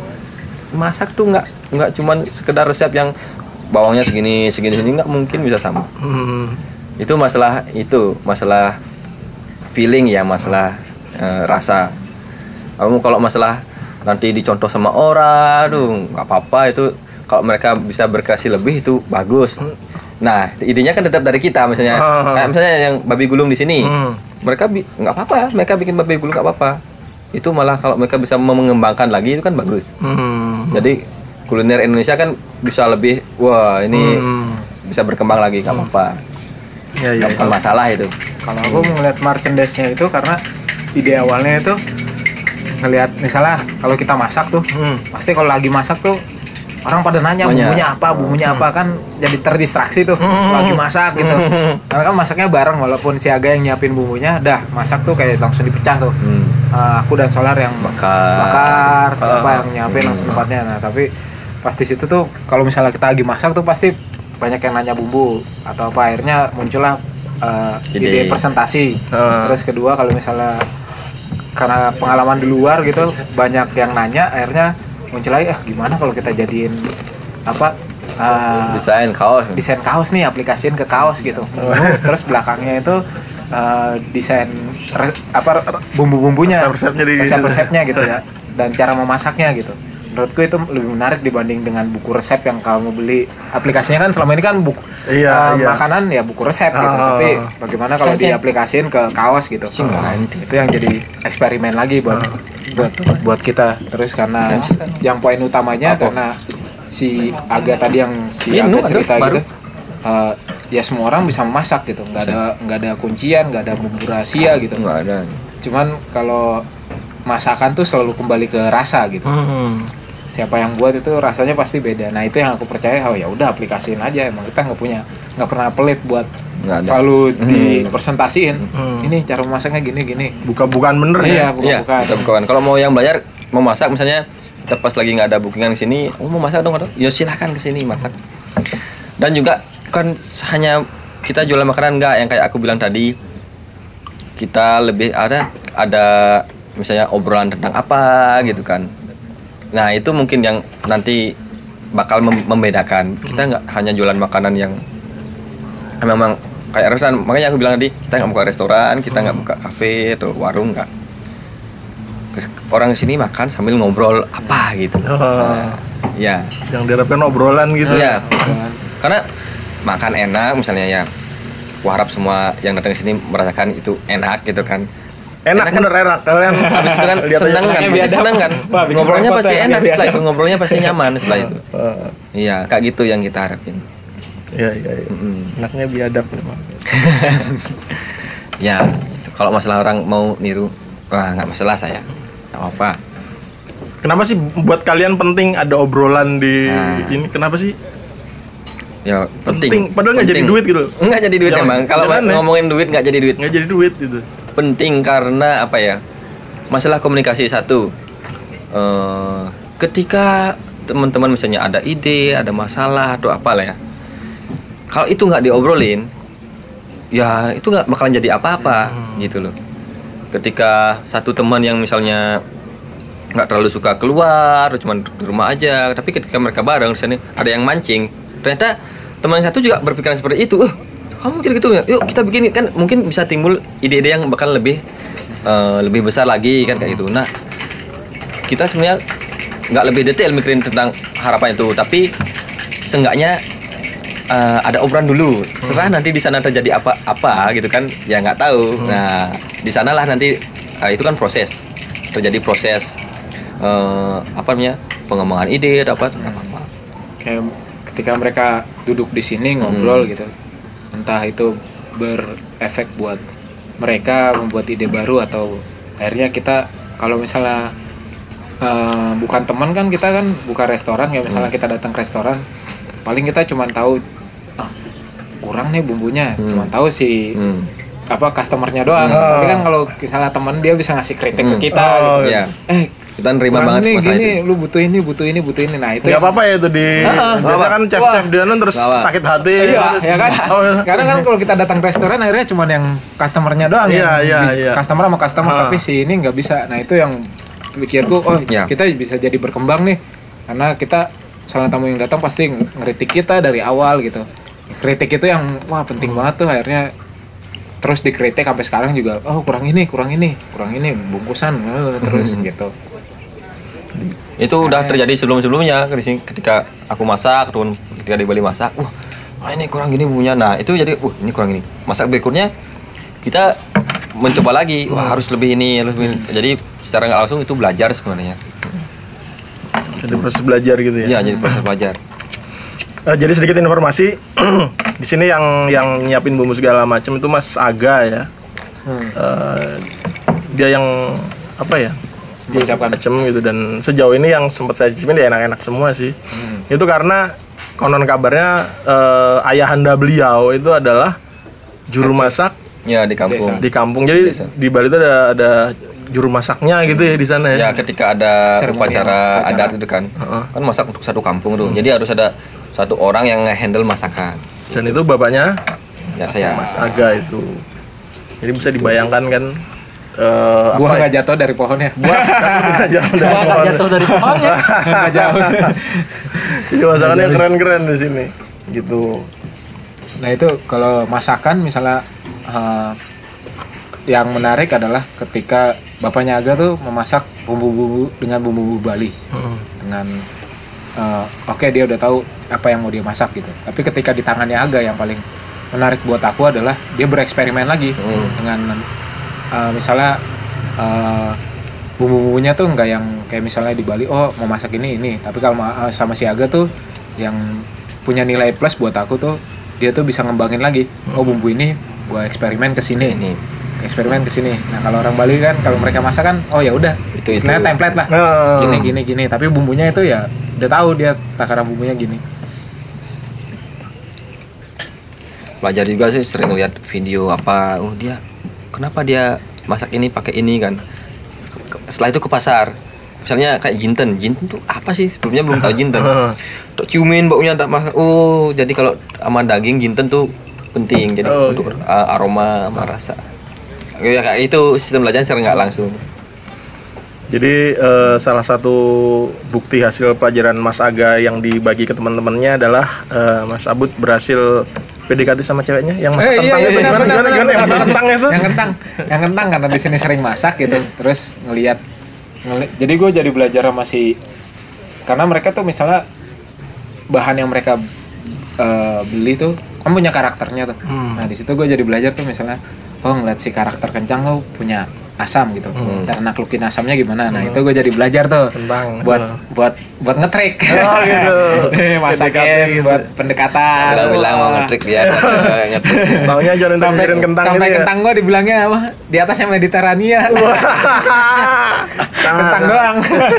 masak tuh nggak nggak cuman sekedar resep yang bawangnya segini segini segini, nggak mungkin bisa sama. Hmm. Itu masalah itu masalah feeling ya, masalah uh, rasa. Kamu kalau masalah nanti dicontoh sama orang, aduh nggak apa-apa itu. Kalau mereka bisa berkreasi lebih itu bagus. Nah idenya kan tetap dari kita, misalnya uh, kayak misalnya yang babi gulung di sini, uh, mereka bi- nggak apa-apa, mereka bikin babi gulung nggak apa-apa. Itu malah kalau mereka bisa mengembangkan lagi itu kan bagus. Uh, Jadi kuliner Indonesia kan bisa lebih, wah ini uh, bisa berkembang lagi, nggak apa-apa. Ya, ya, bukan masalah itu. Kalau aku ngeliat merchandise-nya itu karena ide awalnya itu ngelihat misalnya kalau kita masak tuh, hmm. pasti kalau lagi masak tuh orang pada nanya Banyak. bumbunya apa, bumbunya hmm. apa, kan jadi terdistraksi tuh hmm. lagi masak gitu. Karena kan masaknya bareng, walaupun si Aga yang nyiapin bumbunya, dah masak tuh kayak langsung dipecah tuh. Hmm. Uh, aku dan Solar yang bakar, bakar siapa uh. yang nyiapin hmm. langsung tempatnya. Nah tapi pas di situ tuh kalau misalnya kita lagi masak tuh pasti banyak yang nanya bumbu atau apa, akhirnya muncullah uh, ide. ide presentasi. Uh. Terus kedua kalau misalnya karena pengalaman di luar gitu banyak yang nanya, akhirnya muncul lagi, ah gimana kalau kita jadiin apa uh, desain kaos desain kaos nih, aplikasiin ke kaos gitu. Terus belakangnya itu uh, desain res, apa bumbu-bumbunya, resep-resepnya resep-resepnya gitu ya, dan cara memasaknya gitu. Menurutku itu lebih menarik dibanding dengan buku resep yang kamu beli. Aplikasinya kan selama ini kan buku iya, uh, iya. makanan ya buku resep gitu. Oh. Tapi bagaimana kalau diaplikasiin ke kaos gitu? Oh. Itu yang jadi eksperimen lagi buat oh. buat buat kita. Terus karena yang poin utamanya Apa? karena si Aga tadi yang si Inu, Aga cerita baru. gitu. Uh, ya semua orang bisa memasak gitu. Nggak ada nggak ada kuncian, nggak ada bumbu rahasia gitu. Nggak ada. Cuman kalau masakan tuh selalu kembali ke rasa gitu. Hmm. Siapa yang buat itu rasanya pasti beda. Nah itu yang aku percaya. Oh ya udah aplikasiin aja. Emang kita nggak punya nggak pernah pelit buat selalu dipresentasiin. Hmm. Ini cara memasaknya gini gini. Buka-bukaan bener iya, ya. Buka-bukaan. Iya, buka-bukaan. Kalau mau yang belajar mau masak misalnya, kita pas lagi nggak ada bookingan di sini, oh, mau masak dong, ya silahkan ke sini masak. Dan juga kan hanya kita jualan makanan nggak, yang kayak aku bilang tadi, kita lebih ada ada misalnya obrolan tentang apa gitu kan. Nah itu mungkin yang nanti bakal mem- membedakan. Kita nggak hanya jualan makanan yang memang kayak restoran. Makanya aku bilang tadi, kita nggak buka restoran, kita nggak buka kafe atau warung, nggak. Orang sini makan sambil ngobrol apa gitu. Oh. Nah, ya. Yang diharapkan obrolan gitu. Ya. Karena makan enak misalnya ya. Aku harap semua yang datang ke sini merasakan itu enak gitu kan. Enak, kan, bener enak. Kalian habis itu kan lihat aja seneng kan, orangnya pasti biadab. seneng kan. Wah, bikin Ngobrolnya foto pasti yang enak biadab. setelah itu, ngobrolnya pasti nyaman setelah itu. Heeh. Iya, kayak gitu yang kita harapin. Iya, iya, iya. Mm-mm. Enaknya biadab memang. Ya, kalau masalah orang mau niru, wah nggak masalah saya, nggak apa-apa. Kenapa sih buat kalian penting ada obrolan di Nah. ini? Kenapa sih? Ya penting. Penting, padahal nggak jadi Penting. duit gitu. Nggak jadi duit Ya, emang. Kalau jangan, ya. ngomongin duit nggak jadi duit. Nggak jadi duit gitu. Penting karena apa ya? Masalah komunikasi satu. Eh, ketika teman-teman misalnya ada ide, ada masalah atau apalah ya. Kalau itu nggak diobrolin, ya itu nggak bakalan jadi apa-apa gitu loh. Ketika satu teman yang misalnya nggak terlalu suka keluar, cuma di rumah aja, tapi ketika mereka bareng di sini ada yang mancing, ternyata teman yang satu juga berpikiran seperti itu. Uh, kamu mikir gitu ya? Yuk kita bikin, kan mungkin bisa timbul ide-ide yang bakal lebih uh, lebih besar lagi kan kayak gitu. Nah, kita sebenarnya nggak lebih detail mikirin tentang harapan itu, tapi seenggaknya uh, ada obrolan dulu. Setelah nanti di sana terjadi apa-apa gitu kan, ya nggak tahu. Nah, di sanalah nanti uh, itu kan proses, terjadi proses uh, apa namanya pengembangan ide atau apa. apa. Kayak ketika mereka duduk di sini ngobrol gitu, entah itu berefek buat mereka membuat ide baru atau akhirnya kita kalau misalnya uh, bukan teman kan kita kan buka restoran ya, misalnya kita datang ke restoran paling kita cuma tahu ah, kurang nih bumbunya, Hmm. cuma tahu si Hmm. apa customernya doang. Hmm. Tapi kan kalau misalnya teman dia bisa ngasih kritik Hmm. ke kita Oh, gitu. Ya, Eh, kita nerima kurang banget nih masalah gini, itu. lu butuh ini, butuh ini, butuh ini. Nah, itu Nggak yang- apa-apa ya itu di Ah, biasa apa? kan chef-chef dia kan terus Nggak apa. sakit hati. Iya, terus- ya kan? Oh, iya. Karena kan kalau kita datang ke restoran akhirnya cuma yang customernya doang Iya, yang iya, bis- iya. customer sama customer Ah. tapi si ini nggak bisa. Nah, itu yang pikirku, oh, Ya. kita bisa jadi berkembang nih. Karena kita misalnya tamu yang datang pasti ngeritik kita dari awal gitu. Kritik itu yang wah penting banget tuh, akhirnya terus dikritik sampai sekarang juga, oh kurang ini, kurang ini, kurang ini bungkusan eh, terus gitu. Itu udah terjadi sebelum-sebelumnya di sini ketika aku masak ataupun ketika di Bali masak. Wah, ah, ini kurang gini bumbunya. Nah, itu jadi uh ini kurang ini. Masak berikutnya kita mencoba lagi. Wah, harus lebih ini, harus lebih. Jadi secara nggak langsung itu belajar sebenarnya. Jadi proses belajar gitu ya. Iya, jadi proses belajar. Eh, jadi sedikit informasi di sini yang yang nyiapin bumbu segala macam itu Mas Aga ya. Hmm. Eh, dia yang apa ya? Mempersiapkan. Macam gitu, dan sejauh ini yang sempat saya cicipin ya enak-enak semua sih. Hmm. Itu karena konon kabarnya eh, ayahanda beliau itu adalah juru masak Ya, di kampung. di kampung. Jadi Desa. di Bali itu ada ada juru masaknya gitu ya di sana ya. Ya, ketika ada Seremonial, upacara upacara. adat itu kan. Heeh. Kan masak untuk satu kampung tuh. Jadi harus ada satu orang yang nge-handle masakan. Dan itu bapaknya Ya, saya. Mas Aga itu. Jadi bisa dibayangkan kan eh Buah apa nggak jatuh dari pohonnya. buah kan jauh dari Wah, nggak pohon. jatuh dari pohonnya. Nggak jauh. Jadi masakannya keren-keren di sini. Gitu. Nah itu kalau masakan misalnya eh, yang menarik adalah ketika bapaknya Aga tuh memasak bumbu-bumbu dengan bumbu-bumbu Bali dengan eh, oke dia udah tahu apa yang mau dia masak gitu. Tapi ketika di tangannya Aga yang paling menarik buat aku adalah dia bereksperimen lagi Hmm. dengan eh, misalnya eh, bumbu-bumbunya tuh nggak yang kayak misalnya di Bali oh mau masak ini ini, tapi kalau ma- sama si Aga tuh yang punya nilai plus buat aku tuh dia tuh bisa ngembangin lagi. Oh bumbu ini gua eksperimen ke sini, Ini. eksperimen ke sini. Nah kalau orang Bali kan kalau mereka masak kan oh ya udah Itu- istilahnya itu. template lah. Nah, Gini gini gini, tapi bumbunya itu ya udah tahu dia takaran bumbunya gini. Belajar juga sih, sering lihat video apa, oh dia kenapa dia masak ini pakai ini kan. Ke- Setelah itu ke pasar. Misalnya kayak jinten, jinten tuh apa sih? Sebelumnya belum tahu jinten. Tuh ciumin baunya tak masak. Oh, jadi kalau sama daging jinten tuh penting. Jadi Oh, untuk uh, aroma sama rasa. Ya kayak itu sistem belajar secara nggak langsung. Jadi eh, salah satu bukti hasil pelajaran Mas Aga yang dibagi ke teman-temannya adalah eh, Mas Abud berhasil P D K T sama ceweknya yang masak Eh, kentang iya, itu. benar, Gimana, benar, gimana, benar, gimana yang benar. masak kentang itu? Yang kentang, yang kentang karena di sini sering masak gitu. Terus ngelihat, ngeli- jadi gue jadi belajar sama si, karena mereka tuh misalnya bahan yang mereka eh, beli tuh kan punya karakternya tuh. Hmm. Nah di situ gue jadi belajar tuh misalnya, oh ngeliat si karakter kencang tuh punya asam gitu. Hmm. Cara naklukin asamnya gimana? Nah, itu gue jadi belajar tuh. Kentang. Buat Oh. buat buat ngetrik. Oh gitu. Masakin gitu. buat pendekatan. Bilang-bilang mau ngetrik dia ngetrik. Taunya jangan sampai mikirin kentang sampai gitu ya. kentang gue dibilangnya apa? Di atasnya Mediterania. Kentang doang.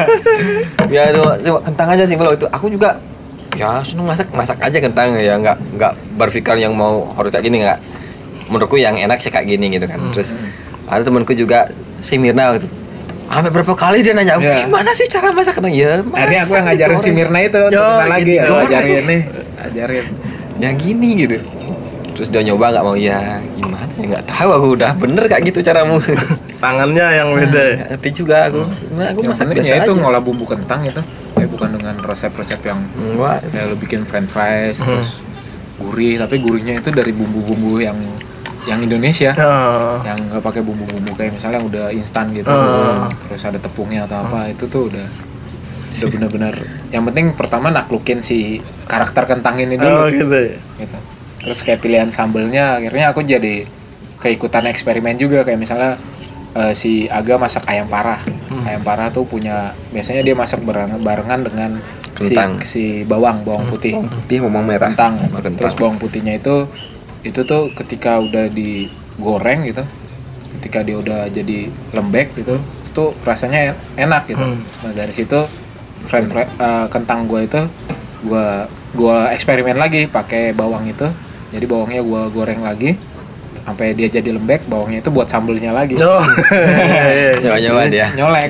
Ya itu cuma kentang aja sih kalau itu. Aku juga ya seneng masak masak aja kentang ya, nggak nggak berpikir yang mau harus kayak gini, nggak. Menurutku yang enak sih kayak gini gitu kan. Terus ada temanku juga si Mirna gitu. Sampai berapa kali dia nanya, Ya. gimana sih cara masak kentang? Ya, Akhirnya aku yang masak, ngajarin si digoreng. Mirna itu Yo, sebentar lagi gitu. ya, ajarin nih, ajarin. Ya gini gitu. Terus dia nyoba nggak mau, ya gimana? Ya nggak tahu aku udah bener kayak gitu caramu. Tangannya yang beda. Nggak ngerti juga aku. Nah, aku Yang masak penting biasa ya itu aja. ngolah bumbu kentang itu, ya bukan dengan resep-resep yang Wah, kayak lo bikin french fries terus gurih, tapi gurihnya itu dari bumbu-bumbu yang yang Indonesia. Oh. Yang nggak pakai bumbu-bumbu kayak misalnya yang udah instan gitu, Oh. terus ada tepungnya atau apa, itu tuh udah udah benar-benar. Yang penting pertama naklukin si karakter kentang ini Oh dulu, gitu. gitu. Terus kayak pilihan sambelnya, akhirnya aku jadi keikutan eksperimen juga, kayak misalnya eh, si Aga masak ayam parah. Ayam parah tuh punya, biasanya dia masak barengan, barengan dengan si, Kentang. si bawang, bawang putih. dia ngomong merah. Kentang. Sama kentang. Terus bawang putihnya itu itu tuh ketika udah digoreng gitu, ketika dia udah jadi lembek gitu, itu rasanya enak gitu. Hmm. Nah dari situ fren- fren- eh, kentang gue itu gue gue eksperimen lagi pakai bawang itu, jadi bawangnya gue goreng lagi sampai dia jadi lembek, bawangnya itu buat sambelnya lagi. Oh. Iya, iya. Nyoba-nyoba dia. Nyolek.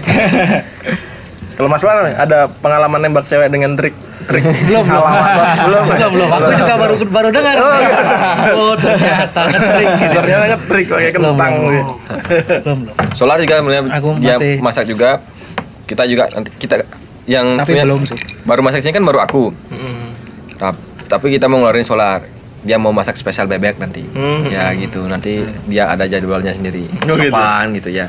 Kalau Mas Lan ada pengalaman nembak cewek dengan trik trik Belum, belum. belum belum belum aku juga baru baru dengar. Oh, ternyata ngetrik gitu. ternyata ngetrik pakai Belum, kentang belum, gitu. belum belum. Solar juga sebenarnya Aku dia masih- masak juga. Kita juga nanti kita yang Tapi punya- belum sih. baru masak sini kan baru aku. Tap- Tapi kita mau ngeluarin Solar. Dia mau masak spesial bebek nanti. Hmm. Ya gitu. Nanti dia ada jadwalnya sendiri. Oh, gitu. Kapan gitu ya.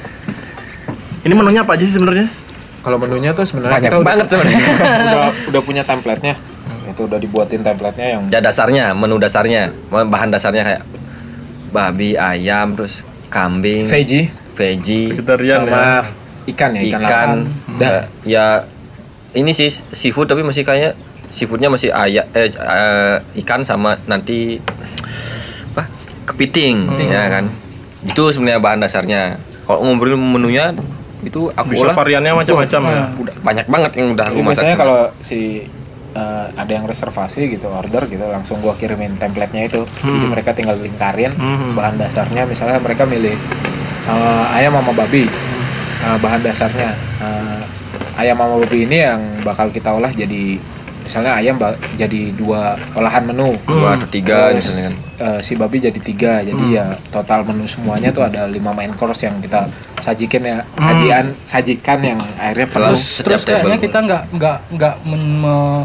Ini menunya apa aja sih sebenarnya? Kalau menunya tuh sebenarnya Banyak kita udah- banget sebenarnya. udah udah punya template-nya. Itu udah dibuatin template-nya yang Ya dasarnya, menu dasarnya, bahan dasarnya kayak babi, ayam, terus kambing, veggie veggie, Vegetarian sama ya. ikan ya, ikan, ikan, laut. ya, ya ini sih seafood tapi masih kayak seafoodnya masih ayam, eh, eh, ikan sama nanti apa kepiting, ya kan? Itu sebenarnya bahan dasarnya. Kalau ngobrol menunya itu aku Bisa olah variannya macam-macam ya. udah banyak banget yang udah Jadi aku masak. biasanya kalau si eh, ada yang reservasi gitu, order gitu, langsung gua kirimin template-nya itu. Jadi mereka tinggal lingkarin Hmm. bahan dasarnya, misalnya mereka milih eh, ayam sama babi. Eh, bahan dasarnya eh, ayam sama babi ini yang bakal kita olah jadi, misalnya ayam ba- jadi dua olahan menu, dua atau tiga terus misalnya kan. eh, si babi jadi tiga, jadi ya total menu semuanya tuh ada lima main course yang kita sajikan ya, sajian sajikan yang akhirnya penuh. Terus Terus setiap kayaknya table. kita nggak nggak nggak men- me-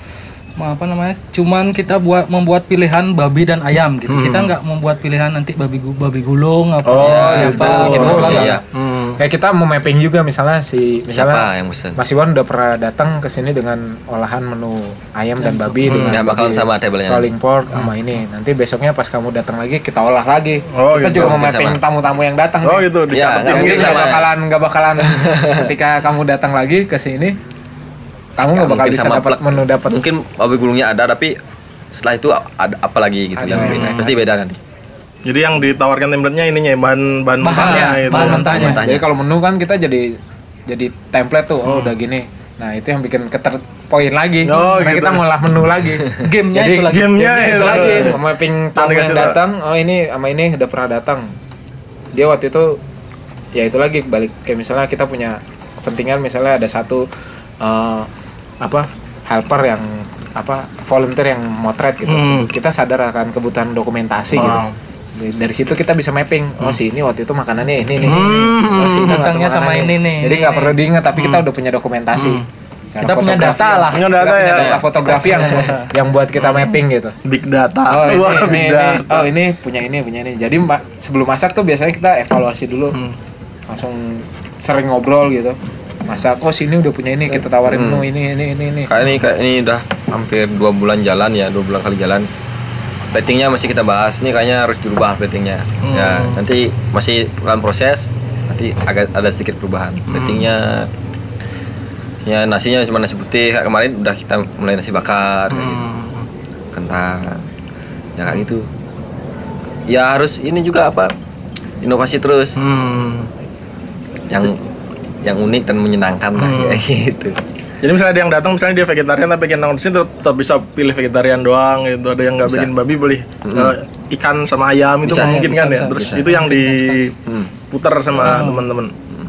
me- apa namanya? Cuman kita buat membuat pilihan babi dan ayam gitu. Kita nggak membuat pilihan nanti babi gu- babi gulung apa Oh, ya, gitu. apa gitu. Oh, Nggak. iya. Hmm. Kayak kita mau mapping juga, misalnya si Siapa misalnya yang pesen? Mas Iwan udah pernah datang ke sini dengan olahan menu ayam dan babi dengan Ya, bakalan babi sama table-nya. rolling pork sama ini. Nanti besoknya pas kamu datang lagi kita olah lagi. Oh, Kita gitu. juga mau Mungkin mapping sama. tamu-tamu yang datang. Oh nih. gitu Ya, dicatat nggak Jadi mungkin nggak sama. bakalan nggak bakalan ketika kamu datang lagi ke sini, kamu nggak bakal Mungkin bisa sama dapat plek. menu dapat. Mungkin babi gulungnya ada tapi setelah itu ada apa lagi gitu Ada. yang beda. Pasti beda nanti. Jadi yang ditawarkan template-nya ininya bahan bahan Bahannya, mentahnya gitu. bahan mentahnya. Mentahnya. Jadi kalau menu kan kita jadi jadi template tuh, oh udah gini. Nah itu yang bikin keter poin lagi. Oh, Karena gitu. kita ngolah menu lagi. Gamenya Jadi itu lagi. Gamenya Gamenya itu itu lagi, mapping tamu Tanda yang kasih datang. Oh ini sama ini udah pernah datang. Dia waktu itu ya itu lagi balik kayak misalnya kita punya kepentingan, misalnya ada satu eh, apa helper yang apa volunteer yang motret gitu. Hmm. Kita sadar akan kebutuhan dokumentasi Wow. gitu. Dari- Dari situ kita bisa mapping. Oh si ini waktu itu makanannya ini ini. ini. Hmm. Oh, si ini Datangnya waktu sama makanannya ini nih, Jadi ini nggak nih. perlu diingat, tapi kita udah punya dokumentasi. Secara Kita punya fotografi data yang- lah. Punya kita data punya ya. data fotografi yang yang buat kita mapping gitu. Big data. Oh ini, Wah, ini, big ini, data. oh ini punya ini punya ini. Jadi mbak sebelum masak tuh biasanya kita evaluasi dulu, Hmm. langsung sering ngobrol gitu. Masak, oh sini udah punya ini, kita tawarin Hmm. menu ini ini ini ini. Kayak ini kayak ini udah hampir dua bulan jalan ya, dua bulan kali jalan. Platingnya masih kita bahas, ini kayaknya harus dirubah platingnya. Ya nanti masih dalam proses. nanti agak ada sedikit perubahan. Settingnya ya nasinya cuma nasi putih. Kemarin udah kita mulai nasi bakar kayak gitu. Kentang ya kayak gitu. Ya harus ini juga apa, inovasi terus Hmm. yang yang unik dan menyenangkan lah Hmm. kayak gitu. Jadi misalnya ada yang datang, misalnya dia vegetarian tapi pengen nongkrong di sini, tetap, tetap bisa pilih vegetarian doang gitu. Ada yang nggak Bisa. bikin babi, boleh Hmm. uh, ikan sama ayam itu Bisa, mungkin bisa, kan ya. bisa, Terus bisa. itu yang Mungkin diputar sama teman-teman.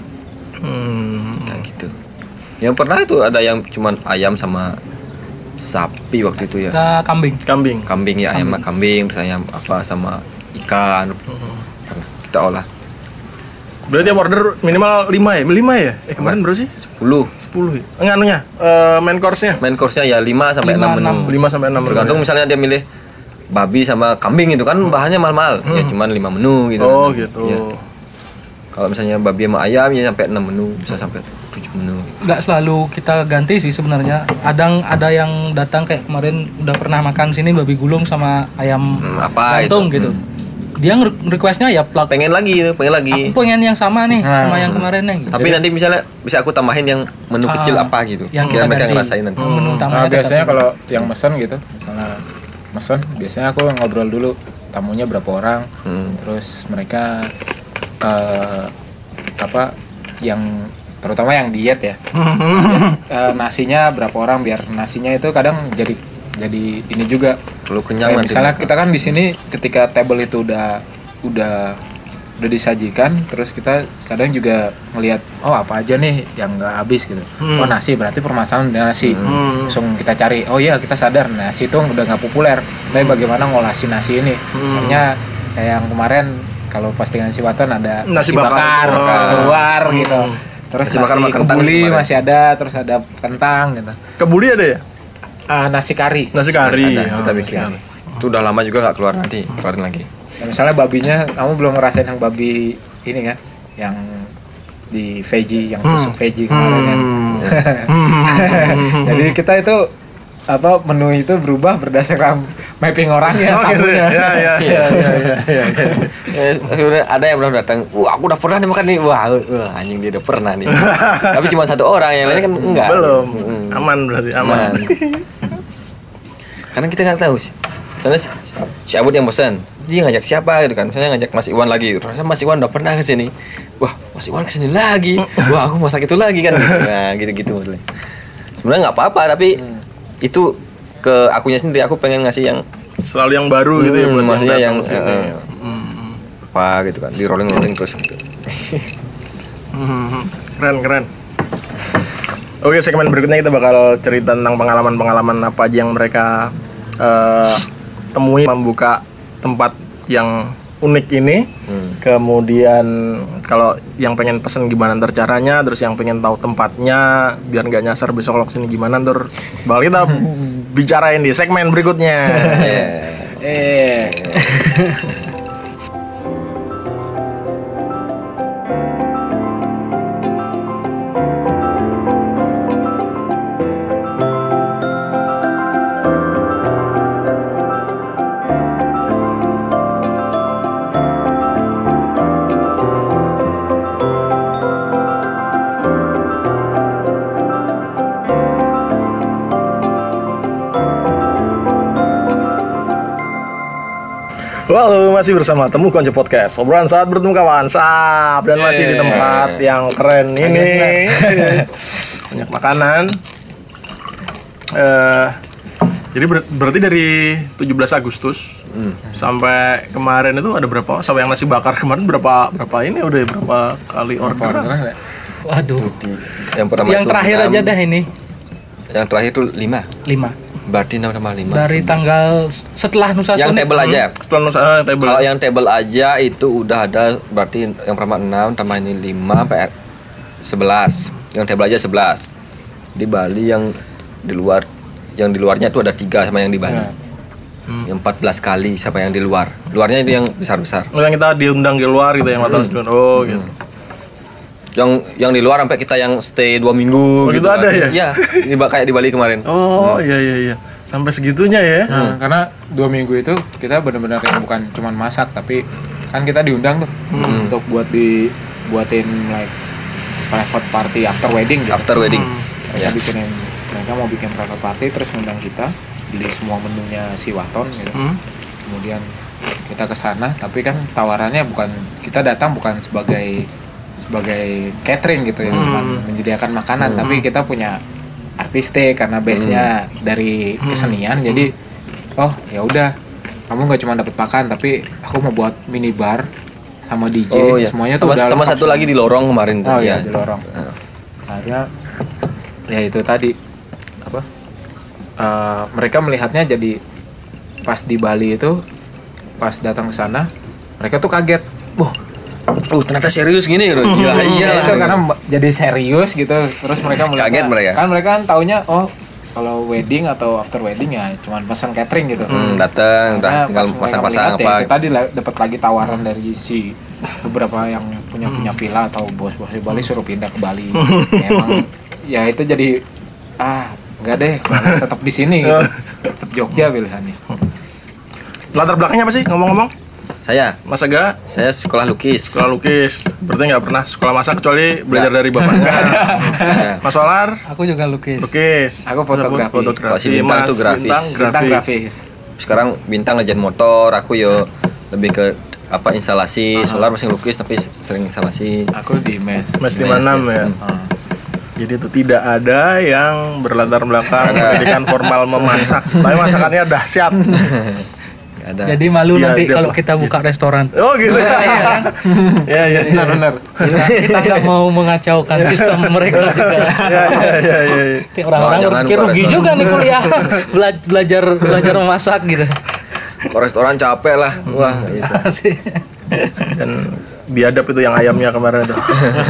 Hmm. Kayak gitu. Yang pernah itu ada yang cuman ayam sama sapi waktu itu ya. Ke kambing. Kambing. Kambing ya, ayam sama kambing, terus ayam apa sama ikan. Pernah kita olah. Berarti yang order minimal lima ya? lima ya? Eh kemarin berapa sih? sepuluh. sepuluh ya? Enggak, anunya, eh, main course-nya Main course-nya ya lima sampai Lima, enam enam. menu. lima sampai enam. Tergantung misalnya dia milih babi sama kambing itu kan bahannya mahal-mahal. Ya cuman lima menu gitu. Oh kan. gitu. Iya. Kalau misalnya babi sama ayam ya sampai enam menu, bisa sampai tujuh menu. Nggak selalu kita ganti sih sebenarnya. Ada ada yang datang kayak kemarin udah pernah makan sini babi gulung sama ayam Hmm, apa jantung itu? gitu. Dia nge- requestnya ya plug. Pengen lagi itu, pengen lagi. Aku pengen yang sama nih Nah. sama yang kemarinnya gitu. Tapi nanti misalnya bisa aku tambahin yang menu Ah, kecil apa gitu. yang Biar kita mereka ganti. ngerasain nanti. Menu Nah, utamanya tetap biasanya gitu. kalau yang mesen gitu, misalnya mesen, biasanya aku ngobrol dulu tamunya berapa orang, Hmm. terus mereka eh, apa yang terutama yang diet ya, eh, nasinya berapa orang biar nasinya itu kadang jadi jadi ini juga. Perlu kenyang Kayak nanti. misalnya mereka. kita kan di sini ketika table itu udah udah udah disajikan, terus kita kadang juga ngelihat oh apa aja nih yang nggak habis gitu. Hmm. Oh nasi, berarti permasalahan di nasi. Hmm. Langsung kita cari. Oh iya, kita sadar nasi itu udah nggak populer. Tapi bagaimana ngolah si nasi ini? Hmm. Makanya kayak yang kemarin kalau postingan si Waton ada Nasi nasi, bakar. bakar, Oh. keluar gitu. Hmm. Terus Nasi nasi, bakar sama kentang kebuli kemarin. masih ada, terus ada kentang gitu. Kebuli ada ya? Ah, nasi kari. Nasi kari. Ada, kita Oh, bikin. nasi kari. Itu udah lama juga nggak keluar, nanti keluarin lagi. Ya, misalnya babinya, kamu belum ngerasain yang babi ini kan, yang di veggie, yang tusuk veggie kemarin kan. Hmm. Jadi kita itu apa menu itu berubah berdasarkan mapping orangnya. Oh gitu ya. Ya ya ya ya ya. ya. Eh, sebenarnya ada yang belum datang. Wah, aku udah pernah nih makan nih. Wah, wah, anjing dia udah pernah nih. Tapi cuma satu orang, yang lainnya kan enggak. Belum. Mm. Aman berarti aman. Karena kita nggak tahu sih. Karena si, si Abud yang pesan, dia ngajak siapa gitu kan. Misalnya ngajak Mas Iwan lagi. Ternyata Mas Iwan udah pernah ke sini. Wah, Mas Iwan kesini lagi. Wah, aku masak itu lagi kan. Nah, gitu-gitu modelnya. Sebenarnya nggak apa-apa, tapi itu ke akunya sendiri. Aku pengen ngasih yang Selalu yang baru gitu ya Hmm, buat maksudnya datang yang, ke sini. eh, Hmm. apa gitu kan, di rolling rolling terus gitu. Hmm, keren keren. Oke, segmen berikutnya kita bakal cerita tentang pengalaman-pengalaman apa aja yang mereka eh, temui membuka tempat yang unik ini. Hmm. Kemudian kalau yang pengen pesen gimana ntar caranya, terus yang pengen tahu tempatnya biar nggak nyasar besok kalau kesini gimana, ntar bakal kita bicarain di segmen berikutnya. Yeah. Eh, Halo, masih bersama Temu Konco Podcast. Obrolan saat bertemu kawan, sap, dan masih di tempat yang keren ini. Banyak makanan. Eh, jadi ber- berarti dari tujuh belas Agustus sampai kemarin itu ada berapa? Sampai yang nasi bakar kemarin berapa berapa ini udah berapa kali order? Waduh. Yang pertama Yang itu terakhir enam, aja dah ini Yang terakhir itu lima. lima. Berarti enam sama lima. Dari tanggal setelah Nusa Yang Sonic. table aja. Setelah nusa eh, table. Kalau yang table aja itu udah ada, berarti yang pertama enam tambah ini lima sampai sebelas. Yang table aja sebelas. Di Bali yang di luar, yang di luarnya itu ada tiga sama yang di Bali. Yang empat belas kali siapa yang di luar. Luarnya itu yang besar-besar. Oh, yang kita diundang di luar gitu yang waktu itu. Oh gitu. Yang yang di luar sampai kita yang stay dua minggu Oh, gitu ada ya? Iya, di kayak di Bali kemarin. Oh iya iya iya. Sampai segitunya ya. Nah, karena dua minggu itu kita benar-benar yang bukan cuman masak, tapi kan kita diundang tuh untuk buat di buatin like private party after wedding gitu. After wedding. Mereka bikinin, mereka mau bikin private party terus ngundang kita, beli semua menunya si Waton gitu. Hmm. Kemudian kita ke sana, tapi kan tawarannya bukan, kita datang bukan sebagai sebagai catering gitu ya, hmm. bukan menyediakan makanan, hmm. tapi kita punya artistik karena base-nya hmm. dari kesenian. Hmm. Jadi oh ya udah, kamu nggak cuma dapat makan, tapi aku mau buat mini bar sama D J, oh, iya. semuanya tuh sama, udah sama satu lagi di lorong kemarin tuh. Oh ya, iya, di lorong. Akhirnya ya itu tadi apa? Uh, mereka melihatnya jadi pas di Bali itu, pas datang ke sana, mereka tuh kaget. Wah, oh ternyata serius gini gitu. Gila, iya lah. Itu karena jadi serius gitu. Terus mereka melihat, kaget mereka. Kan mereka kan taunya oh kalau wedding atau after wedding ya cuman pesan catering gitu. Hmm, datang, udah tinggal pasang-pasang apa. Ya, tadi dapat lagi tawaran dari si beberapa yang punya punya villa atau bos-bos di Bali suruh pindah ke Bali. Ya, emang ya itu jadi ah enggak deh, tetap di sini gitu. Tetap Jogja pilihannya. Latar belakangnya apa sih ngomong-ngomong? Saya, Mas Aga, saya sekolah lukis. Sekolah lukis, berarti nggak pernah sekolah masak kecuali belajar ya. dari bapaknya. Mas Solar, aku juga lukis. Lukis. Aku fotografi. Fotografi. Si Bintang tuh grafis. Bintang grafis. Bintang grafis. Sekarang Bintang legend motor, aku yo lebih ke apa instalasi. Uh-huh. Solar masih lukis tapi sering instalasi. Aku di mes. Mes lima puluh enam ya. Hmm. Jadi itu tidak ada yang berlatar belakang pendidikan formal memasak, tapi masakannya dahsyat. Ada. Jadi malu ya, nanti kalau kita buka restoran. Oh gitu ya. Ya ya benar-benar. Kita nggak mau mengacaukan sistem mereka juga. Ya ya ya. ya. Orang-orang berpikir rugi juga nih kuliah Bela- belajar belajar memasak gitu. Ke restoran capek lah. Wah, bisa. Dan biadab itu yang ayamnya kemarin ada.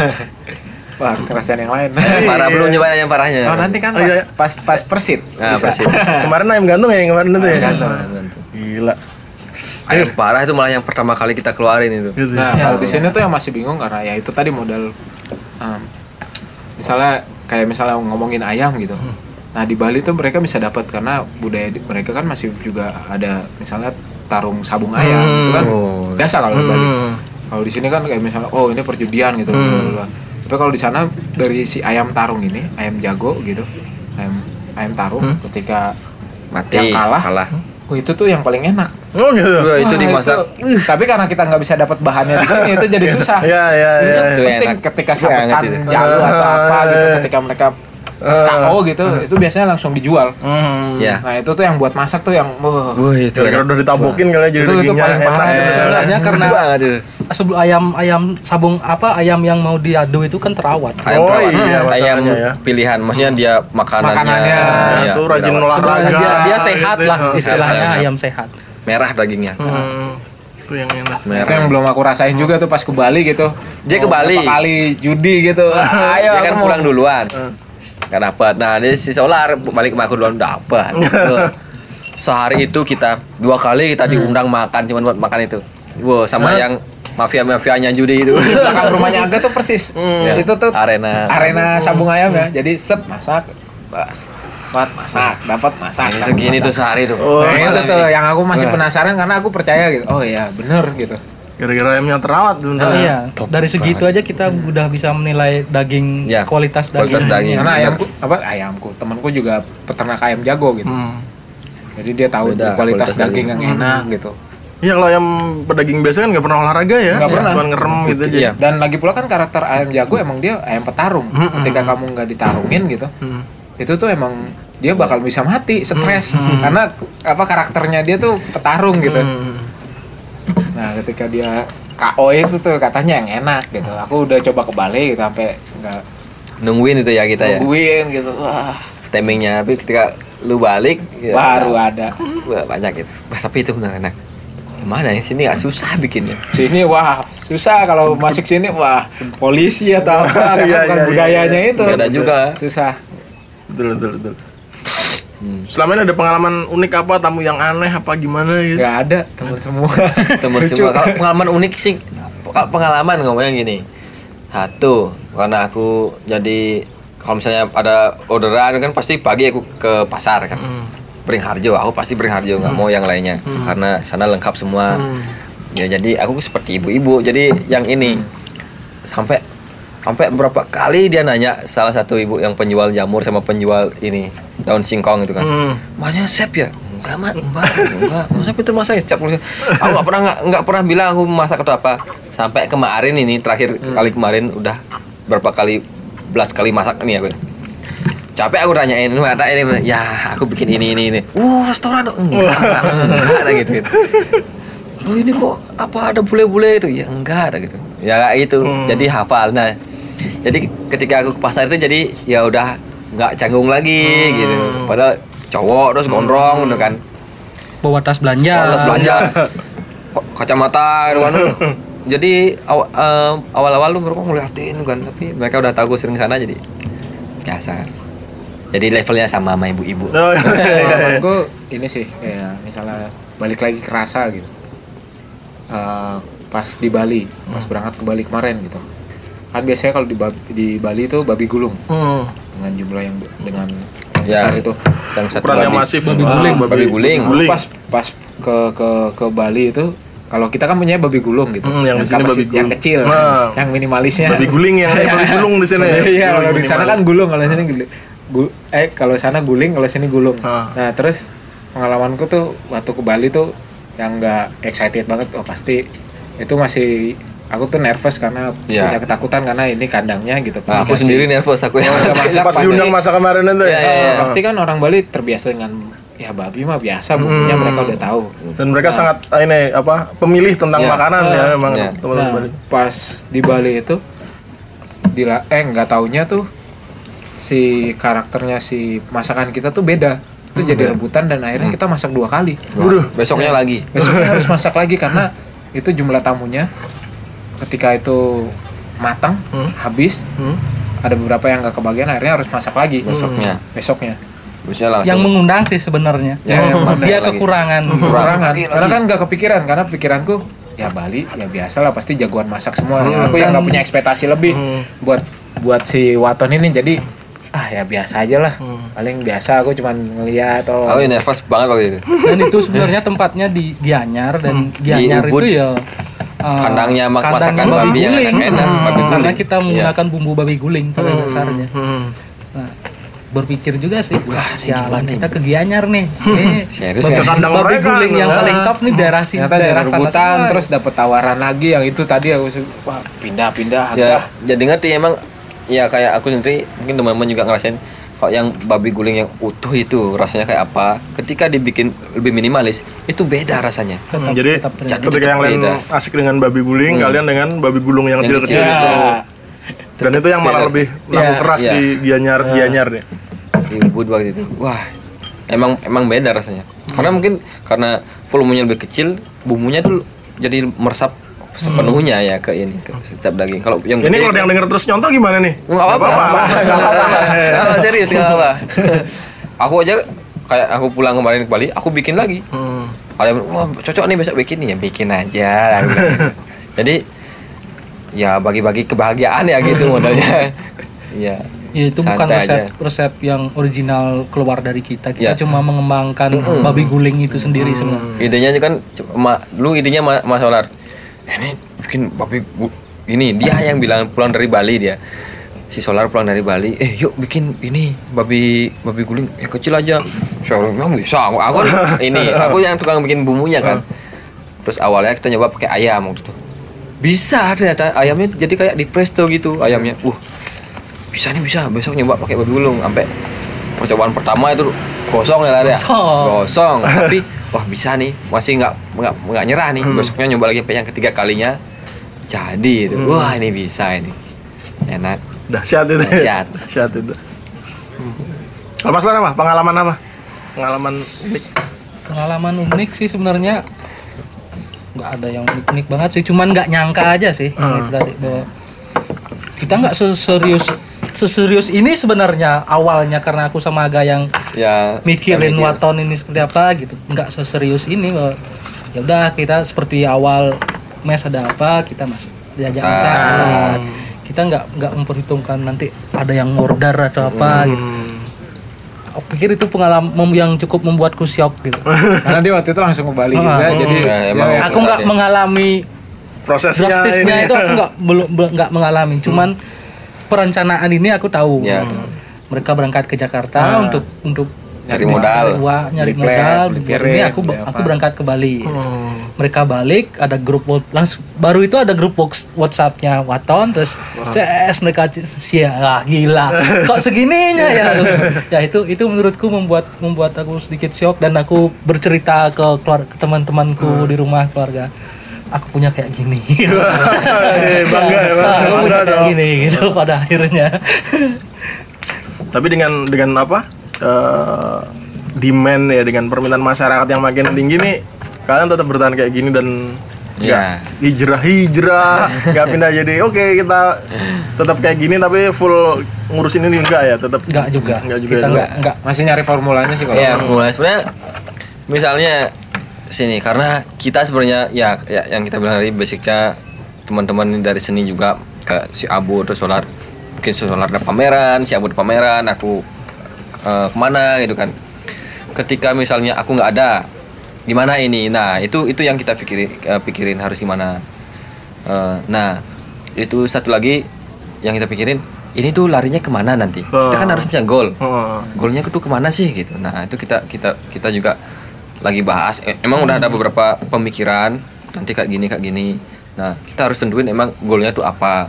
Wah, harus ngerasain yang lain. Parah, belum nyoba yang parahnya. Oh, nanti kan pas, oh, iya. pas pas persit. Nah, persit. Kemarin ayam gantung ya yang kemarin itu ya. Gantung. Gila. Ayam parah itu malah yang pertama kali kita keluarin itu. Nah, ya, kalau di sini tuh yang masih bingung karena ya itu tadi modal um, misalnya kayak misalnya ngomongin ayam gitu. Nah, di Bali tuh mereka bisa dapat karena budaya mereka kan masih juga ada misalnya tarung sabung ayam hmm. itu kan oh. biasa kalau di Bali. Hmm. Kalau di sini kan kayak misalnya oh ini perjudian gitu. Hmm. Tapi kalau di sana dari si ayam tarung ini, ayam jago gitu, ayam ayam tarung hmm? ketika mati yang kalah, kalah. Oh, itu tuh yang paling enak. Oh gitu. Wah, itu dimasak. Itu, tapi karena kita nggak bisa dapat bahannya di sini itu jadi susah. Iya iya iya. Itu penting enak. Ketika sabetan jalu atau apa gitu, ketika mereka K O gitu, uh, itu biasanya langsung dijual. Hmm. Yeah. Nah itu tuh yang buat masak tuh yang, wah, uh, itu karena udah ditabokin kali jadi itu, itu paling parah. Sebenarnya karena sebelum ayam ayam sabung apa ayam yang mau diadu itu kan terawat. Ayam oh, terawat. Iya, ayam ya. Pilihan, maksudnya dia makanannya, makanannya ya, itu rajin olahraga. Dia, dia sehat lah istilahnya ya, ayam sehat. Merah dagingnya. Hmm. Itu yang enak. Merah. Itu yang belum aku rasain juga tuh pas ke Bali gitu. Dia ke Bali. Berapa kali judi gitu. Ayo, dia kan pulang duluan. Gak dapat. Nah, dia si Solar balik ke aku duluan dapat. Sehari itu kita dua kali kita diundang makan cuma buat makan itu. Wow, sama huh? yang mafia-mafianya judi itu. Di belakang rumahnya Aga tuh persis. Hmm. Ya. Itu tuh arena arena sabung ayam ya. Jadi set masak, bas. Dapat masak, dapat masak. Nah, itu gini tuh sehari tuh. Oh, nah, itu tuh yang aku masih penasaran karena aku percaya gitu. Oh iya, bener gitu. Gara-gara ayamnya terawat tuh. Nah, iya. Dari segitu aja kita udah bisa menilai daging ya, kualitas daging. Kualitas daging. Karena ayamku apa ayamku, temanku juga peternak ayam jago gitu. Hmm. Jadi dia tahu Beda, kualitas, kualitas daging, daging yang enak hmm. gitu. Iya, kalau ayam pedaging biasa kan nggak pernah olahraga ya, nggak pernah, cuma ngerem gitu aja. Iya. Dan lagi pula kan karakter ayam jago emang dia ayam petarung. Hmm. Ketika kamu nggak ditarungin gitu, hmm. itu tuh emang dia bakal bisa mati, stres hmm. karena apa karakternya dia tuh petarung gitu. Hmm. Nah, ketika dia K O itu tuh katanya yang enak gitu. Aku udah coba ke Bali gitu sampai nggak nungguin itu ya kita ya. Nungguin gitu. Wah, timingnya tapi ketika lu balik ya, baru nah, ada. Wah, banyak gitu. Bah, tapi itu benar enak. Gimana ya? Sini nggak susah bikinnya. Sini wah, susah kalau masuk sini wah, polisi atau apa kan ya, ya, budayanya ya, ya. itu. Gak ada juga. Susah. Betul betul betul. Hmm. Selama ini ada pengalaman unik apa, tamu yang aneh apa gimana gitu? Gak ada, teman semua. Teman semua. Kalau pengalaman unik sih, pengalaman ngomongnya gini. Satu, karena aku jadi kalau misalnya ada orderan kan pasti pagi aku ke pasar kan. Hmm. Beringharjo, aku pasti Beringharjo, nggak hmm. mau yang lainnya. Hmm. Karena sana lengkap semua. Hmm. Ya jadi aku seperti ibu-ibu. Jadi yang ini sampai sampai berapa kali dia nanya salah satu ibu yang penjual jamur sama penjual ini daun singkong itu kan. Hmm. Masnya chef ya? Enggak, Mat. Enggak, enggak. Masa itu masak ya? Aku enggak pernah enggak, enggak pernah bilang aku masak atau apa. Sampai kemarin ini terakhir hmm. kali kemarin udah berapa kali belas kali masak ini aku. Capek aku tanyain, mata ini ya aku bikin ini ini ini. Uh, restoran enggak, enggak, enggak gitu. gitu. Oh ini kok apa ada bule-bule itu? Ya enggak ada gitu. Ya kayak gitu. Hmm. Jadi hafal. Nah, jadi ketika aku ke pasar itu jadi ya udah nggak canggung lagi hmm. gitu. Padahal cowok terus gondrong gitu kan. Bawa tas belanja. Bawa tas belanja. Kacamata gitu kan. Jadi aw, um, awal-awal lu mereka ngeliatin kan, tapi mereka udah tahu gue sering sana jadi biasa. Jadi levelnya sama sama ibu-ibu. Oh, iya. Gue ini sih kayak misalnya balik lagi ke rasa gitu. Uh, pas di Bali, pas hmm. berangkat ke Bali kemarin gitu. Kan biasanya kalau di, di Bali itu babi gulung hmm. dengan jumlah yang dengan yang ya, besar itu. Yang satu babi masif babi guling, babi, babi guling. Nah, pas pas ke ke ke Bali itu kalau kita kan punya babi gulung gitu. Hmm, yang, yang, babi gulung. Yang kecil, nah, yang minimalisnya. Babi guling yang babi gulung di sana ya. Iya, kalau di sana kan gulung, kalau di sini gulung. Gu, eh kalau sana guling, kalau sini gulung. Ah. Nah terus pengalamanku tuh waktu ke Bali tuh yang nggak excited banget, oh pasti itu masih aku tuh nervous karena yeah. punya ketakutan karena ini kandangnya gitu. Nah, aku sendiri nervous aku ya. Oh, masak, pas diundang masa kemarin itu ya. Ya, ya, ya. Pasti kan orang Bali terbiasa dengan ya babi mah biasa, bumbunya hmm. mereka udah tahu. Dan mereka nah, sangat ini apa pemilih tentang yeah. makanan uh, ya memang yeah. teman-teman nah, Bali. Pas di Bali itu di eh nggak taunya tuh si karakternya si masakan kita tuh beda. Itu hmm, jadi rebutan dan akhirnya hmm. kita masak dua kali. Waduh, besoknya ya. lagi. Besoknya harus masak lagi karena itu jumlah tamunya ketika itu matang hmm. habis hmm. ada beberapa yang nggak kebagian akhirnya harus masak lagi besoknya. Hmm. Besoknya. Besoknya langsung. Yang mengundang sih sebenarnya. Ya, oh, dia kekurangan. Kekurangan. Karena kan nggak kepikiran karena pikiranku ya Bali ya biasa lah pasti jagoan masak semua. Hmm. Aku yang nggak punya ekspektasi lebih hmm. buat buat si Waton ini jadi ah ya biasa aja lah hmm. paling biasa aku cuman ngeliat atau aku nervous banget waktu itu dan itu sebenarnya tempatnya di Gianyar dan hmm. Gianyar itu ya uh, kandangnya mak masakan babi, babi yang enak-enak hmm. babi guling karena kita menggunakan yeah. bumbu babi guling pada hmm. dasarnya hmm. nah berpikir juga sih wah sialan kita ke Gianyar nih ini serius babi, ya? babi guling yang paling top nih daerah sini daerah rebutan terus dapat tawaran lagi yang itu tadi aku wah pindah-pindah ya, jadi ngerti emang ya kayak aku sendiri mungkin teman-teman juga ngerasain kalau yang babi guling yang utuh itu rasanya kayak apa ketika dibikin lebih minimalis itu beda rasanya hmm, jadi tetap ketika yang lain asik dengan babi guling hmm. kalian dengan babi gulung yang kecil-kecil ya. itu dan itu yang malah lebih laku ya. keras ya. di Gianyar ya. Gianyar deh di Ubud waktu itu wah emang emang beda rasanya hmm. karena mungkin karena volumenya lebih kecil bumbunya tuh jadi meresap sepenuhnya hmm. ya ke ini ke setiap daging. Kalau yang ini kalau yang denger terus nyontoh gimana nih? Enggak apa-apa. Enggak apa-apa. Serius enggak apa. Aku aja kayak aku pulang kemarin ke Bali, aku bikin lagi. Hmm. Ada yang wah cocok nih besok bikin nih ya bikin aja. Jadi ya bagi-bagi kebahagiaan ya gitu modalnya. Iya. Ya itu bukan resep aja. resep yang original keluar dari kita. Kita ya. cuma mengembangkan mm-hmm. babi guling itu sendiri mm-hmm. semua. Idenya kan ma, lu idenya Mas ma, Solar. Ini bikin babi ini dia yang bilang pulang dari Bali dia si Solar pulang dari Bali eh yuk bikin ini babi babi guling ya kecil aja saya bilang bisa aku, aku ini aku yang tukang bikin bumbunya kan terus awalnya kita nyoba pakai ayam waktu itu bisa ternyata ayamnya jadi kayak di presto gitu ayamnya uh bisa nih bisa besok nyoba pakai babi gulung sampai percobaan pertama itu gosong ya lah ya gosong tapi wah bisa nih masih nggak nggak nggak nyerah nih hmm. besoknya nyoba lagi sampai yang ketiga kalinya jadi itu hmm. wah ini bisa ini enak dahsyat itu dahsyat dahsyat itu kalau Mas Lar apa pengalaman apa pengalaman unik pengalaman unik sih sebenarnya nggak ada yang unik-unik banget sih cuman nggak nyangka aja sih hmm. itu tadi bahwa kita nggak seserius seserius ini sebenarnya awalnya karena aku sama Aga yang ya, mikirin mikir. Waton ini seperti apa gitu nggak seserius ini ya udah kita seperti awal mes ada apa kita mas diajak masak masak kita nggak nggak memperhitungkan nanti ada yang order atau apa hmm. gitu aku pikir itu pengalaman yang cukup membuatku shock gitu karena dia waktu itu langsung ke Bali juga oh, jadi ya, emang aku nggak mengalami prosesnya drastisnya ini. itu aku nggak belum be- nggak mengalami. Cuman perencanaan ini aku tahu. Ya. Mereka berangkat ke Jakarta Ah. untuk untuk Cari modal. nyari, uang, nyari Beli plan, modal. beli Ini piring, aku beli aku apa. berangkat ke Bali. Hmm. Mereka balik, ada grup Wha- langsung baru itu ada grup Whats- WhatsApp-nya Waton, terus ces mereka sia ah, gila. Kok segininya ya? Ya itu itu menurutku membuat membuat aku sedikit shock dan aku bercerita ke keluarga ke teman-temanku di rumah keluarga. Aku punya kayak gini. Eh, bangga ya, Bang. Ah, aku Bangga punya kayak dong. gini gitu pada akhirnya. Tapi dengan dengan apa? eh, demand ya, dengan permintaan masyarakat yang makin tinggi nih, kalian tetap bertahan kayak gini dan Ya. hijrah hijrah nggak pindah jadi oke kita tetap kayak gini tapi full ngurusin ini enggak ya, tetap Enggak juga. Enggak juga Kita ya. enggak enggak Masih nyari formulanya sih kalau. Ya, mulai sebenarnya misalnya sini karena kita sebenarnya ya, ya yang kita bilang tadi basicnya teman-teman dari seni juga kayak si Abu terus Solar, mungkin si Solar ada pameran, si Abu ada pameran, aku eh, kemana gitu kan. Ketika misalnya aku nggak ada, gimana ini? Nah itu itu yang kita pikirin eh, pikirin harus gimana. Eh, nah itu satu lagi yang kita pikirin, ini tuh larinya kemana nanti? Kita kan harus punya goal. Oh. Golnya itu kemana sih gitu. Nah itu kita kita kita juga lagi bahas. Eh, emang udah ada beberapa pemikiran nanti kayak gini kayak gini. Nah kita harus tentuin emang golnya tuh apa.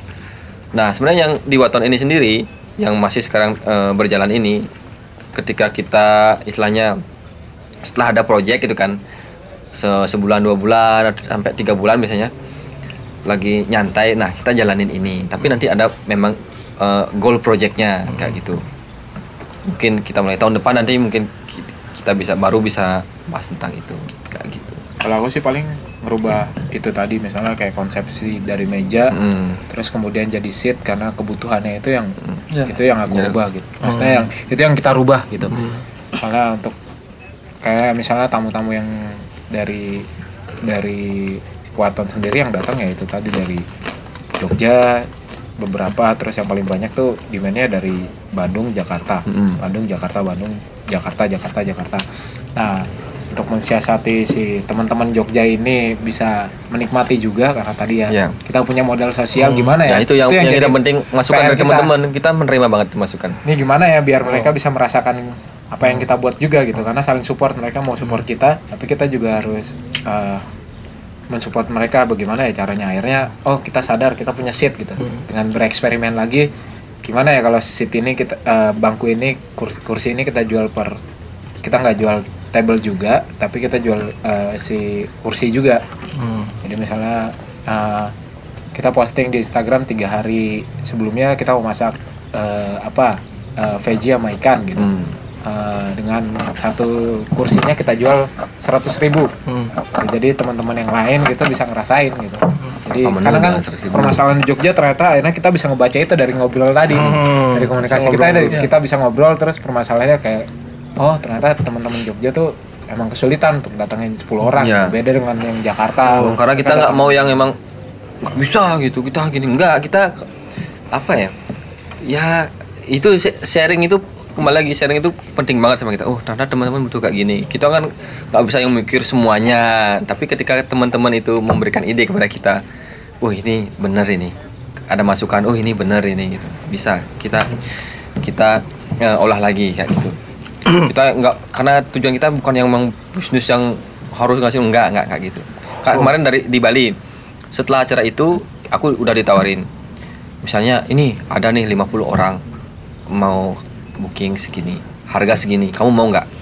Nah sebenarnya yang di Waton ini sendiri yang masih sekarang eh, berjalan ini, ketika kita istilahnya setelah ada project gitu kan, se- sebulan dua bulan sampai tiga bulan misalnya lagi nyantai, nah kita jalanin ini. Tapi nanti ada memang eh, goal projectnya kayak gitu. Mungkin kita mulai tahun depan nanti mungkin ki- kita bisa baru bisa bahas tentang itu kayak gitu. Kalau aku sih paling merubah itu tadi, misalnya kayak konsepsi dari meja, Mm. terus kemudian jadi seat karena kebutuhannya itu yang Ya. itu yang aku Ya. rubah gitu. Maksudnya yang itu yang kita rubah gitu. Soalnya untuk kayak misalnya tamu-tamu yang dari dari Waton sendiri yang datang ya itu tadi dari Jogja beberapa, terus yang paling banyak tuh demandnya dari Bandung, Jakarta, Mm. Bandung, Jakarta, Bandung, Jakarta, Jakarta, Jakarta. Nah, untuk mensiasati si teman-teman Jogja ini bisa menikmati juga karena tadi ya Iya. kita punya modal sosial gimana ya? Ya itu yang yang jadi kita penting masukan P R dari kita. teman-teman, kita menerima banget masukan. Ini gimana ya biar mereka bisa merasakan apa yang kita buat juga gitu, karena saling support, mereka mau support kita tapi kita juga harus uh, mensupport mereka bagaimana ya caranya. Akhirnya oh kita sadar kita punya seat gitu, dengan bereksperimen lagi gimana ya kalau seat ini kita uh, bangku ini kursi, kursi ini kita jual per, kita nggak jual table juga tapi kita jual uh, si kursi juga. Jadi misalnya uh, kita posting di Instagram tiga hari sebelumnya kita mau masak uh, apa uh, veggie sama ikan gitu. Hmm. Uh, dengan satu kursinya kita jual seratus ribu. Jadi teman-teman yang lain gitu bisa ngerasain gitu. Jadi Apa menu karena kan dengan seratus ribu? permasalahan di Jogja ternyata akhirnya kita bisa ngebaca itu dari ngobrol tadi, Hmm. dari komunikasi Bisa kita, ngobrol. dari, kita bisa ngobrol terus permasalahannya kayak oh ternyata teman-teman Jogja tuh emang kesulitan untuk datangin sepuluh orang, Iya. beda dengan yang Jakarta. Oh, karena kita nggak datang- mau yang emang nggak bisa gitu, kita gini nggak, kita apa ya? Ya itu sh- sharing itu kembali lagi, sharing itu penting banget sama kita. Oh ternyata teman-teman butuh kayak gini. Kita kan nggak bisa yang mikir semuanya, tapi ketika teman-teman itu memberikan ide kepada kita, oh ini benar ini, ada masukan, oh ini benar ini, gitu. Bisa kita kita eh, olah lagi kayak gitu. Kita nggak, karena tujuan kita bukan yang memang bisnis yang harus ngasih, enggak enggak kayak gitu. Kayak kemarin dari di Bali, setelah acara itu aku udah ditawarin, misalnya ini ada nih lima puluh orang mau booking segini, harga segini, kamu mau nggak?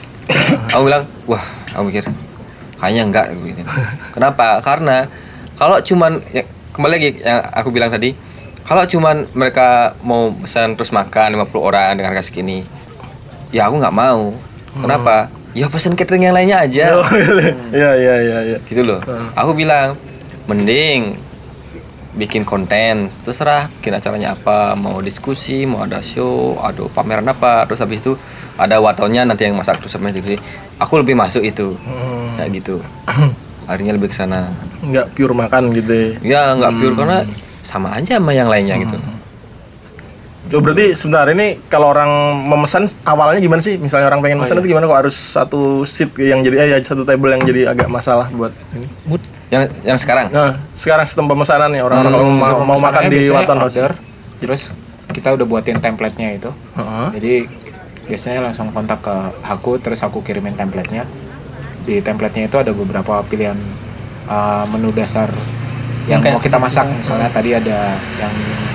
Aku bilang, wah, aku mikir kayaknya enggak gitu. Kenapa? Karena kalau cuman ya, kembali lagi yang aku bilang tadi, kalau cuman mereka mau pesan terus makan lima puluh orang dengan harga segini, ya aku nggak mau. Kenapa? Ya pesan catering yang lainnya aja. Oh, iya iya iya iya. Gitu loh. Aku bilang mending bikin konten, terserah bikin acaranya apa, mau diskusi, mau ada show, ada pameran apa, terus habis itu ada watonnya nanti yang masak terus sama diskusi. Aku lebih masuk itu. Kayak gitu. Larinya lebih ke sana. Nggak pure makan gitu ya. Ya nggak pure karena sama aja sama yang lainnya gitu. Oh, berarti sebenarnya ini kalau orang memesan awalnya gimana sih? Misalnya orang pengen pesan itu gimana kok harus satu seat yang jadi eh ya satu table yang jadi agak masalah buat ini? But Yang yang sekarang. Nah, sekarang sistem pemesanan nih orang Hmm, kalau mau, sistem mau makan pemesanannya di biasanya Waton House. order, terus kita udah buatin template-nya itu. Heeh. Jadi biasanya langsung kontak ke aku, terus aku kirimin template-nya. Di template-nya itu ada beberapa pilihan uh, menu dasar yang Yang mau kita masak. Misalnya tadi ada yang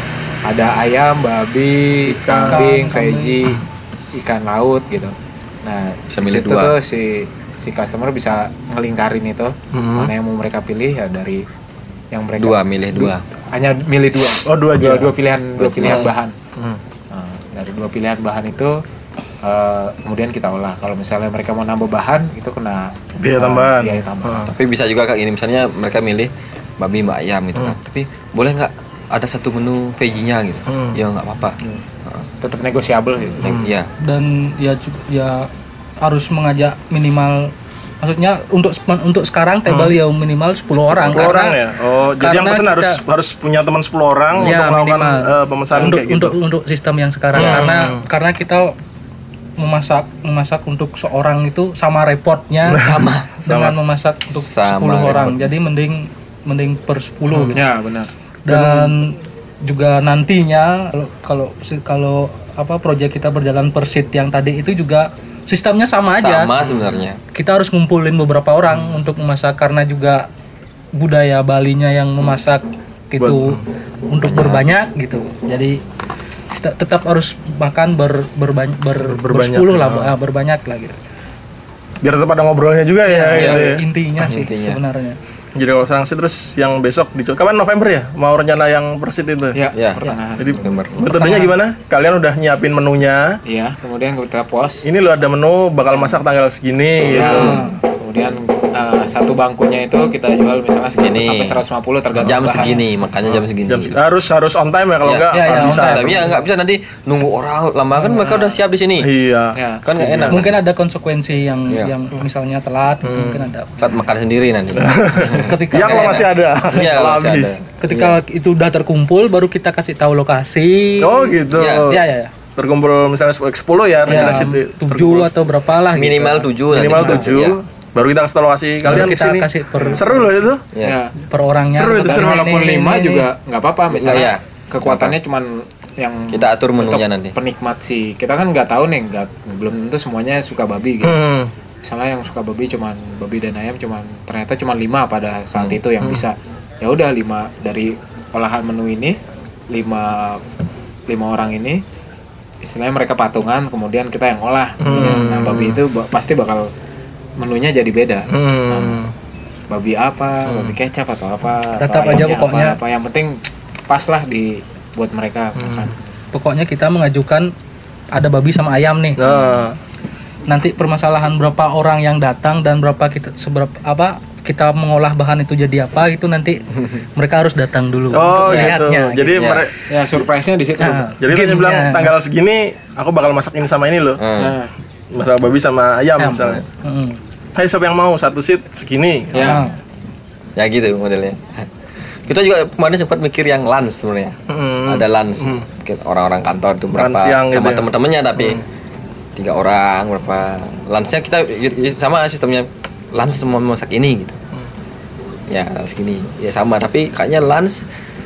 ada ayam, babi, kambing, kambing. veggie, ikan laut gitu. Nah, Bisa di milih situ dua. tuh si si customer bisa ngelingkarin itu Mhm. mana yang mau mereka pilih ya dari yang mereka Dua, milih dua. hanya milih dua. Oh, dua aja. Dua, dua pilihan dua Dua pilihan jenis. bahan. Hmm. Nah, dari dua pilihan bahan itu eh, kemudian kita olah. Kalau misalnya mereka mau nambah bahan itu kena Biaya eh, tambahan. biaya tambahan. Tapi bisa juga kayak gini, misalnya mereka milih babi mbak ayam gitu kan. Tapi boleh nggak ada satu menu veggie-nya gitu? Hmm. Ya nggak apa-apa. Tetap negosiable gitu. Iya. Dan ya cu- ya harus mengajak minimal, maksudnya untuk untuk sekarang table ya minimal sepuluh orang. sepuluh karena orang ya. Oh, jadi yang karena pesen harus kita- harus punya teman sepuluh orang ya, untuk melakukan minimal. eh, pemesanan untuk kayak gitu. untuk untuk sistem yang sekarang Hmm. karena karena kita memasak memasak untuk seorang itu sama repotnya Sama. dengan memasak untuk Sama sepuluh orang. repotnya. Jadi mending mending per sepuluh gitu. Ya, benar. Dan juga nantinya kalau kalau kalau apa proyek kita berjalan per shift yang tadi itu juga sistemnya sama aja. Sama sebenarnya. Kita harus ngumpulin beberapa orang untuk memasak karena juga budaya Balinya yang memasak itu untuk berbanyak gitu. Jadi tet- tetap harus makan ber, berbanyak ber, Berbanyak, bersepuluh lah, ya. ah, berbanyak lah gitu. Biar tetap ada ngobrolnya juga ya. Ya, gitu ya. intinya sih Intinya. sebenarnya. Jadi kalau sanksi terus yang besok dicoba. Kapan November ya? Mau rencana yang persit itu? Ya, Ya. pertengahan. Jadi November. metodenya gimana? Kalian udah nyiapin menunya. Iya, kemudian kita post. Ini lo ada menu bakal masak tanggal segini Ya, gitu. kemudian eh, satu bangkunya itu kita jual misalnya Segini. seratus sampai seratus lima puluh tergantung Jam bahan. segini, makanya jam segini. Jam, harus harus on time ya kalau Iya. enggak Iya, nggak iya, bisa. on time. Tapi ya nggak bisa nanti nunggu orang lama kan mereka udah siap di sini. Iya. Ya, Kan nggak enak. Mungkin ada konsekuensi yang Iya. yang misalnya telat, gitu, mungkin ada. Telat makan sendiri nanti. Ketika Ya kalau masih ada. Iya, Kalau kalau masih habis. ada. ketika itu udah terkumpul baru kita kasih tahu lokasi. Oh gitu. Iya. Ya ya ya. Terkumpul misalnya sepuluh ya, Ya, regenerasi di- tujuh atau berapa lah gitu. Minimal tujuh nanti minimal kita- tujuh. iya. Baru kita kasih tahu lokasi kalian kita kesini. kasih per- Seru loh itu. Iya. Ya. per orangnya. Seru itu, Kita seru. ini, Walaupun ini, lima ini, juga nggak apa-apa misalnya Iya. kekuatannya cuman yang Kita atur menunya untuk nanti. penikmat sih. Kita kan nggak tahu nih, nggak belum tentu semuanya suka babi gitu. Hmm. Misalnya yang suka babi cuman babi dan ayam cuman ternyata cuman lima pada saat Hmm. itu yang bisa. Ya udah lima dari olahan menu ini, lima lima orang ini istilahnya mereka patungan kemudian kita yang olah. Hmm. Nah, babi itu ba- pasti bakal menunya jadi beda. Hmm. Babi apa, babi kecap atau apa. Tetap atau aja ayamnya pokoknya. Apa, apa. Yang penting pas lah di buat mereka makan. Pokoknya kita mengajukan ada babi sama ayam nih. Nah, Nanti permasalahan berapa orang yang datang dan berapa kita seberapa apa kita mengolah bahan itu jadi apa itu nanti mereka harus datang dulu. oh untuk gitu. lihatnya, Jadi Iya. mere- Ya surprise-nya di situ. Nah, jadi kan dia bilang gamenya. tanggal segini aku bakal masak ini sama ini loh. Hmm. Nah, Masak babi sama ayam Ayam. misalnya. Mm. Hai siapa yang mau satu seat segini. ya. Ah. Ya gitu modelnya. Kita juga kemarin sempat mikir yang lunch sebenarnya. Hmm. Ada lunch. Mungkin orang-orang kantor itu berapa Lunch siang sama gitu ya. teman-temannya tapi tiga orang berapa. Lunchnya kita sama sistemnya lunch semua masak ini gitu. Ya segini. Ya sama tapi kayaknya lunch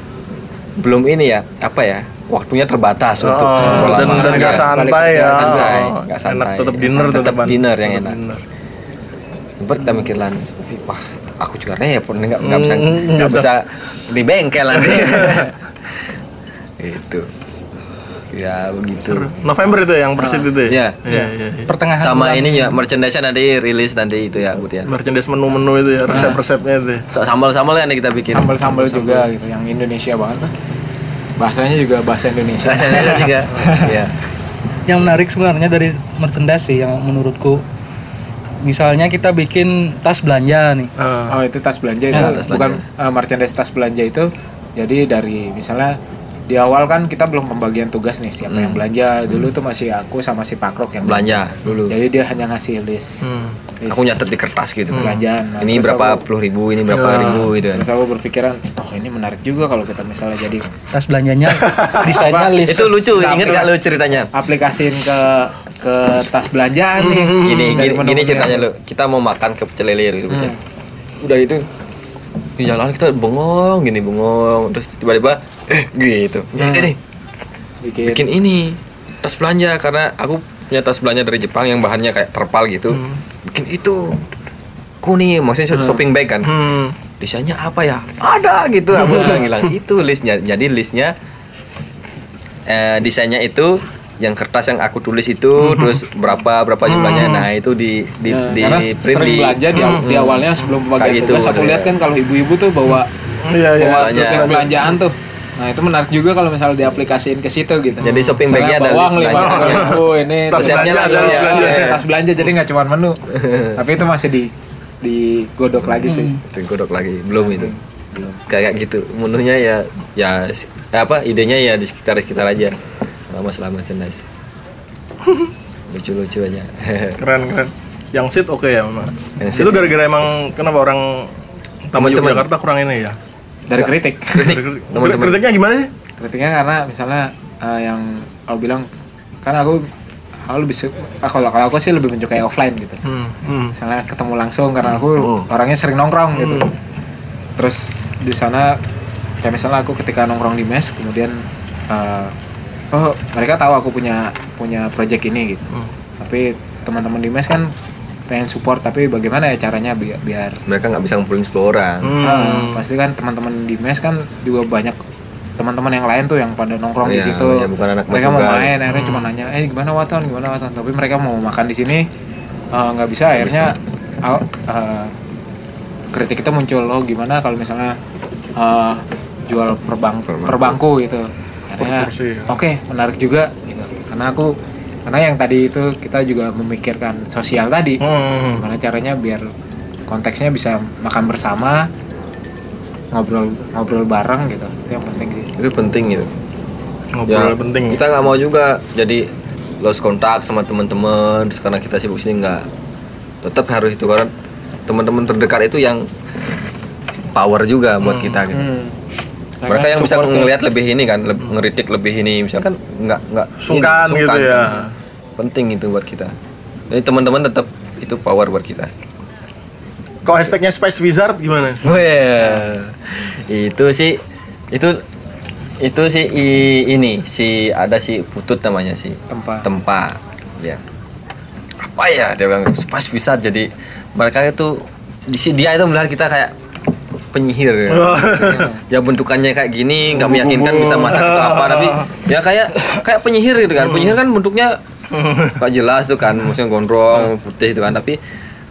belum ini ya apa ya waktunya terbatas Oh, untuk dan lama. dan nggak Ya, santai ya. nggak santai, Oh, nggak santai. Enak tetap dinner Tetap tetepan. dinner yang Tetap enak. dinner. Sempat kita mikir lunch tapi wah aku juga repot nih nggak nggak bisa Hmm, nggak nggak bisa di bengkel nanti itu ya begitu November itu yang persit itu ya. Iya. Iya, iya, iya. Pertengahan sama bulan ini ya merchandise nanti rilis nanti itu ya Bud ya Merchandise menu-menu itu ya, resep-resepnya itu. ya. So, sambal-sambal kan kita bikin Sambal-sambal juga gitu yang Indonesia banget lah. Bahasanya juga bahasa Indonesia. bahasa Indonesia juga ya Yang menarik sebenarnya dari merchandise sih yang menurutku, misalnya kita bikin tas belanja nih. Ah. Oh itu tas belanja itu Ya, tas bukan eh, merchandise tas belanja itu. Jadi dari misalnya di awal kan kita belum pembagian tugas nih siapa yang belanja. Dulu tuh masih aku sama si Pakrok yang belanja dulu Jadi dia hanya ngasih list. Hmm. list aku nyatet di kertas gitu belanjaan. Nah, ini terus berapa aku- puluh ribu ini berapa Ya. ribu gitu Terus aku berpikiran, oh ini menarik juga kalau kita misalnya jadi Tas belanjanya desainnya list. itu lucu Nah, inget gak lu ceritanya aplikasiin ke ke tas belanjaan nih. gini Dari gini, menu-menu gini ceritanya yang- lu kita mau makan ke pecel lele gitu Hmm. udah itu di jalan kita bengong gini bengong terus tiba-tiba eh gitu Hmm. ini nih bikin, bikin ini tas belanja karena aku punya tas belanja dari Jepang yang bahannya kayak terpal gitu bikin itu kuning maksudnya Hmm. shopping bag kan Hmm. desainnya apa ya ada gitu aku bilang itu listnya jadi listnya eh, desainnya itu yang kertas yang aku tulis itu terus berapa berapa jumlahnya nah itu di di, Nah, di karena print sering di belanja di, di awalnya sebelum Kayak pembagian gitu, tugas aku bener. lihat kan kalau ibu-ibu tuh bawa Iya, iya. bawa Belanja. truk belanjaan tuh. Nah itu menarik juga kalau misalnya diaplikasiin ke situ gitu. Jadi shopping Misalnya bag-nya ada bawang list lima belanjaannya. ribu ini Tas Resepnya belanja, langsung tas ya. belanja. Iya. tas belanja jadi nggak cuma menu, tapi itu masih di digodok lagi sih. Itu godok lagi belum itu kayak gitu menunya ya ya s- apa idenya ya di sekitar sekitar aja nggak masalah merchandise lucu-lucu aja Keren keren. Yang sit oke ya memang. Yang sit. Itu gara-gara emang kenapa orang tamu Teman-teman. Yogyakarta kurang ini ya? Dari kritik. Kritik. teman-teman. Kritiknya gimana sih? Kritiknya karena misalnya eh, yang aku bilang kan aku aku lebih su- ah, kalau kalau aku sih lebih menyukai offline gitu. Hmm. Hmm. Misalnya ketemu langsung karena aku Oh. orangnya sering nongkrong gitu. Terus di sana kayak misalnya aku ketika nongkrong di mes kemudian eh, oh mereka tahu aku punya punya project ini gitu. Hmm. Tapi teman-teman di mes kan pengen support tapi bagaimana ya caranya biar biar mereka nggak bisa ngumpulin sepuluh orang Hmm. Ah, pasti kan teman-teman di mes kan juga banyak teman-teman yang lain tuh yang pada nongkrong di Iya, situ. iya, bukan anak Mereka mes mau juga. main, akhirnya cuma nanya, eh gimana Waton, gimana Waton. Tapi mereka mau makan di sini eh, nggak bisa. Akhirnya ah, eh, kritik itu muncul, oh gimana kalau misalnya eh, jual per, bang, Per bangku. per bangku gitu. Akhirnya Per kursi, ya. oke menarik juga. Gitu. Karena aku karena yang tadi itu kita juga memikirkan sosial tadi. Hmm. Gimana caranya biar konteksnya bisa makan bersama, ngobrol ngobrol bareng gitu, itu yang penting sih. itu penting gitu Ngobrol penting. kita nggak mau juga jadi lost kontak sama teman-teman terus karena kita sibuk sini nggak tetap harus itu karena teman-teman terdekat itu yang power juga buat kita gitu mereka yang bisa ngelihat lebih ini kan lebih ngeritik lebih ini misalkan nggak nggak Sungkan ini, gitu kan. ya. Penting itu buat kita jadi teman-teman tetap itu power buat kita. Kok hashtagnya Spice Wizard gimana? Well, itu sih itu itu sih i- ini si ada si Putut namanya sih Tempat. tempat ya apa ya dia bilang pas bisa jadi mereka itu di si dia itu melihat kita kayak penyihir ya, ya bentukannya kayak gini nggak meyakinkan bisa masak atau apa tapi ya kayak kayak penyihir gitu kan penyihir kan bentuknya nggak jelas tuh kan maksudnya gondrong putih itu kan tapi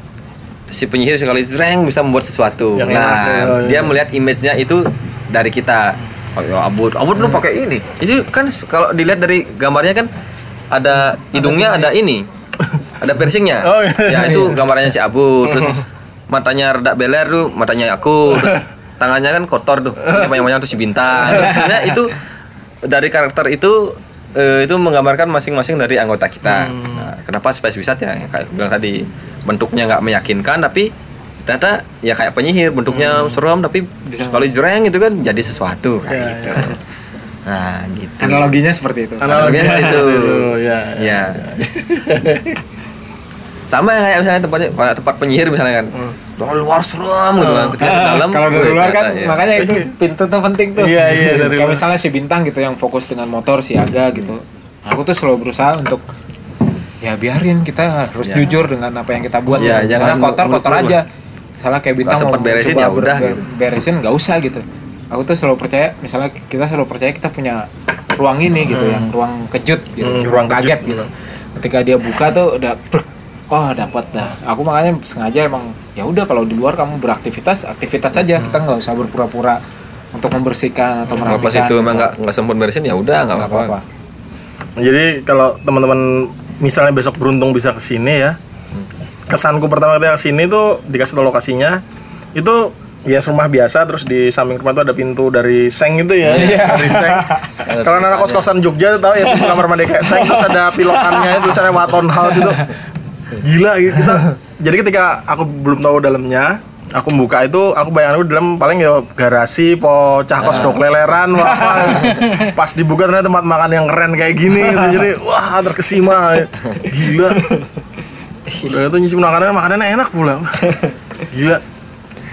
si penyihir sekali jreng bisa membuat sesuatu. Yang Nah, enak, ya, dia ya. melihat image-nya itu dari kita. Oh, ya, abut, abut lu pakai ini. Jadi kan kalau dilihat dari gambarnya kan ada hidungnya ada ini. Ada piercingnya. Oh, iya. Ya itu gambarnya si Abut. Terus matanya rada beler tuh, matanya aku. Terus tangannya kan kotor tuh. Ini banyak-banyak tuh si Bintang. Sebenarnya itu dari karakter itu eh, itu menggambarkan masing-masing dari anggota kita. Nah, kenapa Space Wizard ya kayak aku bilang tadi bentuknya nggak meyakinkan tapi ternyata ya kayak penyihir bentuknya serem tapi sekali jreng itu kan jadi sesuatu kayak Ya, gitu. ya. Nah, gitu. Analoginya seperti itu. Analoginya seperti itu. ya, Ya. Sama ya kayak misalnya tempatnya kayak tempat penyihir misalnya kan. Dari luar serem gitu kan. Ketika ke dalam Kalau dari wih, luar kan ternyata, ya. makanya itu pintu tuh penting tuh. Iya, iya, dari Kayak luar. misalnya si Bintang gitu yang fokus dengan motor si Aga gitu. Aku tuh selalu berusaha untuk ya biarin kita harus Ya. jujur dengan apa yang kita buat. Ya, Misalnya jangan kotor kotor muluk-muluk aja. Misalnya kayak Bintang Nggak sempet beresin, coba ya udah ber- gitu. beresin nggak usah gitu. Aku tuh selalu percaya misalnya kita selalu percaya kita punya ruang ini gitu yang ruang kejut gitu, Hmm, ruang ruang kaget kejut. gitu. Ketika dia buka tuh udah brek, oh dapat dah. Aku makanya sengaja emang ya udah kalau di luar kamu beraktivitas, aktivitas saja. Kita nggak usah berpura-pura untuk membersihkan atau Kalau merapikan. pas itu emang nggak nggak sempet beresin ya udah nggak Nggak apa-apa. Jadi kalau teman-teman misalnya besok beruntung bisa ke sini ya. Kesanku pertama kali ke sini tuh dikasih tau lokasinya itu ya rumah biasa terus di samping rumah tuh ada pintu dari seng itu ya. Dari seng. Kalau anak kos-kosan Jogja tuh tahu ya itu kamar mandi kayak seng terus ada pilokannya itu misalnya Waton House itu. Gila gitu kita. Jadi ketika aku belum tahu dalamnya, aku buka itu aku bayangin di dalam paling ya garasi po cah kos dok leleran wah, wah. Pas dibuka ternyata tempat makan yang keren kayak gini gitu. Jadi wah terkesima gila udah itu nyicip makanannya makanannya enak pula gila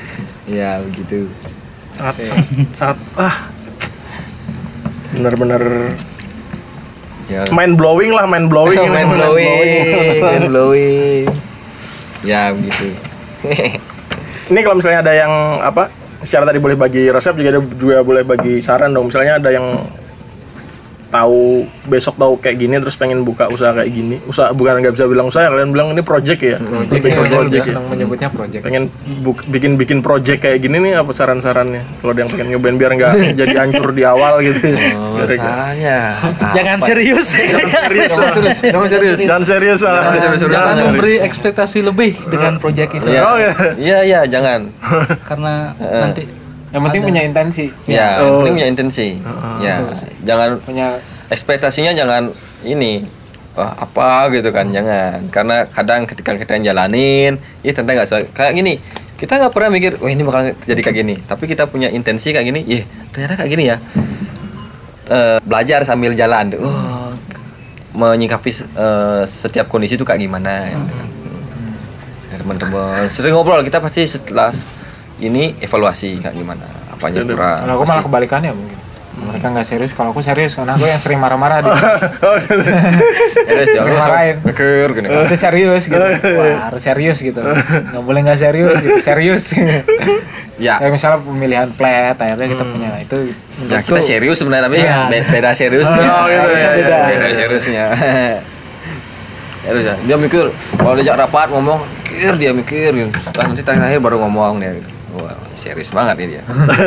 Ya begitu. Sangat sangat, sangat ah benar-benar Ya. mind blowing lah, mind blowing, Mind blowing, mind blowing. Ya begitu. Ini kalau misalnya ada yang apa? Secara tadi boleh bagi resep, juga ada juga boleh bagi saran dong. Misalnya ada yang tahu besok tahu kayak gini terus pengen buka usaha kayak gini, usaha bukan nggak bisa bilang usaha, kalian bilang ini project ya, Project, lebih ke ya, project ya. senang menyebutnya project. Pengen buk- bikin bikin project kayak gini nih, apa saran-sarannya kalau ada yang pengen nyobain biar nggak jadi hancur di awal gitu. Oh, salahnya. Jangan serius. Serius lah. Jangan serius. Jangan serius lah. Jangan serius. Jangan memberi ekspektasi lebih dengan proyek itu. Iya. Oh, ya. Iya, iya, jangan. Karena Eh. nanti Yang penting Ada. punya intensi. Ya, Oh. yang penting punya intensi. Ya, jangan Punya ekspektasinya jangan ini wah apa gitu kan, jangan, karena kadang ketika kita jalanin ya ternyata nggak sesuai kayak gini, kita nggak pernah mikir wah ini bakal terjadi kayak gini, tapi kita punya intensi kayak gini, ya ternyata kayak gini ya. Eh, belajar sambil jalan tuh, oh, menyikapi eh, setiap kondisi itu kayak gimana ya. Ya, teman-teman sering ngobrol, kita pasti setelah ini evaluasi kayak gimana, apanya kurang. kalau aku malah kebalikannya mungkin. Mereka nggak serius, kalau aku serius karena aku yang sering marah-marah di Terus jangan Dimarahin. mikir gini. Harus serius gitu. Wah, harus serius gitu. Nggak boleh nggak serius gitu. Serius. Ya. Kayak misalnya pemilihan plat, akhirnya kita punya itu. Ya kita menurutku- serius sebenarnya, tapi Iya. be- beda seriusnya. Oh, gitu ya, beda. Beda seriusnya. Serius ya. Dia mikir kalau diajak rapat ngomong, mikir dia mikir gitu. Lah nanti terakhir baru ngomong dia gitu. Wah, serius banget ini dia.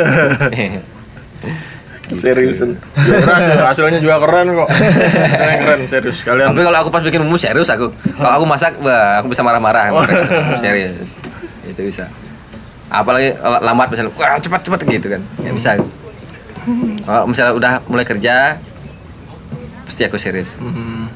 Seriusan. Keras ya, hasilnya juga keren kok. Hasilnya keren, serius. Kalian Tapi kalau aku pas bikin bumbu serius aku. Kalau aku masak, wah, aku bisa marah-marah. Serius. Itu bisa. Apalagi kalau lambat misalnya, wah cepat-cepat gitu kan. Ya bisa. Kalau misalnya udah mulai kerja, pasti aku serius. Hmm,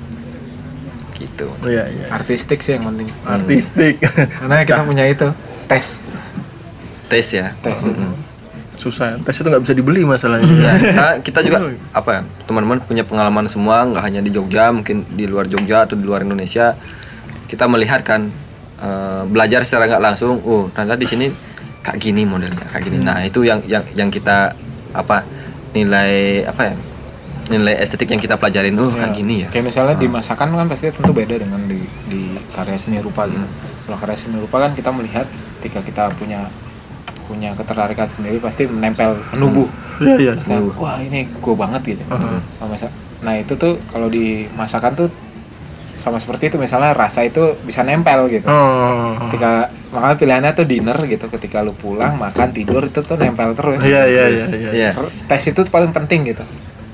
Gitu. iya iya. Artistik sih yang penting. Artistik. Karena kita punya itu tes. Tes ya. Tes. Mm-mm. Susah. Tes itu nggak bisa dibeli masalahnya. Ya, karena kita juga apa ya, teman-teman punya pengalaman semua, nggak hanya di Jogja, mungkin di luar Jogja atau di luar Indonesia. Kita melihat kan, eh, belajar secara nggak langsung, oh ternyata di sini kayak gini modelnya, kayak gini. Nah itu yang yang yang kita apa nilai apa ya, nilai estetik yang kita pelajarin, oh kayak gini ya. Kayak misalnya di masakan kan pasti tentu beda dengan di, di karya seni rupa gitu. Kalau karya seni rupa kan kita melihat ketika kita punya punya ketertarikan sendiri pasti menempel menubuh. Iya iya. Pasti, wah ini gue banget gitu. Kalau masa- Nah itu tuh kalau di masakan tuh sama seperti itu, misalnya rasa itu bisa nempel gitu. Oh. Ketika makanya pilihannya tuh dinner gitu, ketika lu pulang makan tidur itu tuh nempel terus. Iya iya iya iya. Iya. Tes itu paling penting gitu,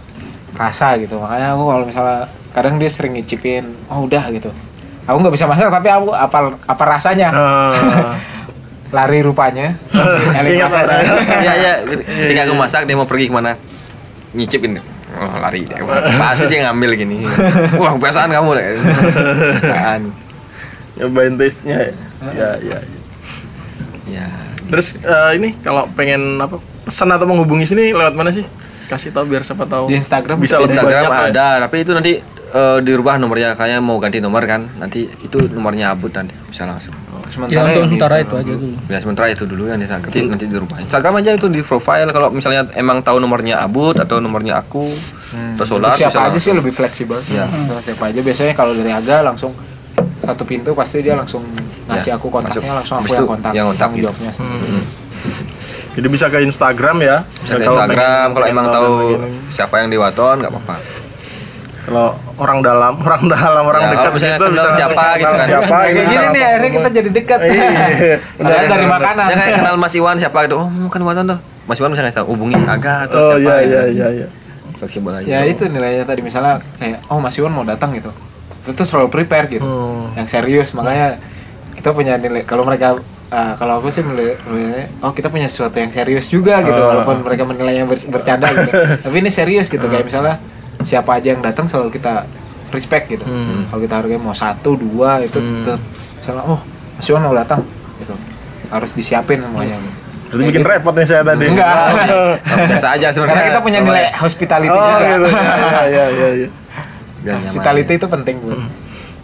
rasa gitu. Makanya aku kalau misalnya kadang dia sering ngicipin, oh udah gitu, aku nggak bisa masak tapi aku apa apa rasanya, Oh. lari rupanya. Eling Ingat rasanya. Iya iya. Ketika aku masak dia mau pergi kemana, nyicipin, oh lari dia. Pasti dia ngambil gini. Wah kebiasaan kamu deh. Kebiasaan. Nyobain taste-nya ya. Ya ya. Ya. Terus eh, ini kalau pengen apa pesan atau menghubungi sini lewat mana sih? Kasih tahu biar siapa tahu. Di Instagram bisa ada. lebih Instagram banyak, ya? ada, tapi itu nanti eh, dirubah nomornya, kayaknya mau ganti nomor kan. Nanti itu nomornya Abud nanti bisa langsung. ya Sementara untuk yang di sementara itu Instagram. aja dulu. Ya sementara itu dulu yang di Instagram, nanti, nanti dirubah. Instagram aja itu di profile, kalau misalnya emang tahu nomornya Abud atau nomornya aku Hmm. atau Solar Untuk siapa bisa aja langsung. sih lebih fleksibel. Ya. Untuk siapa aja biasanya kalau dari Aga langsung satu pintu pasti dia langsung ngasih Ya, aku kontaknya, masuk. langsung aku Habis yang itu kontak, yang kontak tanggung gitu. jawabnya sendiri. Mm. Jadi bisa ke Instagram ya. Bisa ke Kalau Instagram, pengen- kalau emang pengen tahu begini. siapa yang di Waton nggak apa-apa. Kalau orang dalam, orang dalam, orang Ya, dekat kalau misalnya gitu kenal bisa siapa kenal gitu kan. Siapa Kayak gitu, gini bisa nih langsung akhirnya kita ngomong. jadi dekat. Iya. Padahal dari makanan. Ya kayak kenal Mas Iwan siapa gitu, oh bukan Waton tuh. Mas Iwan bisa ngasih tahu, hubungi Aga atau Oh siapa iya gitu. iya iya iya. Fleksibel aja. Ya itu nilainya tadi, misalnya kayak oh Mas Iwan mau datang gitu, itu tuh selalu prepare gitu, Hmm. yang serius. Makanya kita punya nilai, kalau mereka uh, kalau aku sih menilai, menilai, oh kita punya sesuatu yang serius juga gitu, Oh. walaupun mereka menilainya ber, bercanda gitu, tapi ini serius gitu. Kayak misalnya siapa aja yang datang selalu kita respect gitu. Hmm. Kalau kita hargai mau satu dua itu, Hmm. tuh, misalnya oh Mas Iwan mau datang gitu, harus disiapin semuanya. Jadi bikin repot nih saya tadi. Enggak. Biasa aja sebenarnya. Karena kita punya Kalau- nilai hospitality Oh juga. gitu. Iya iya iya iya. biar nyaman. Hospitality itu penting Bu.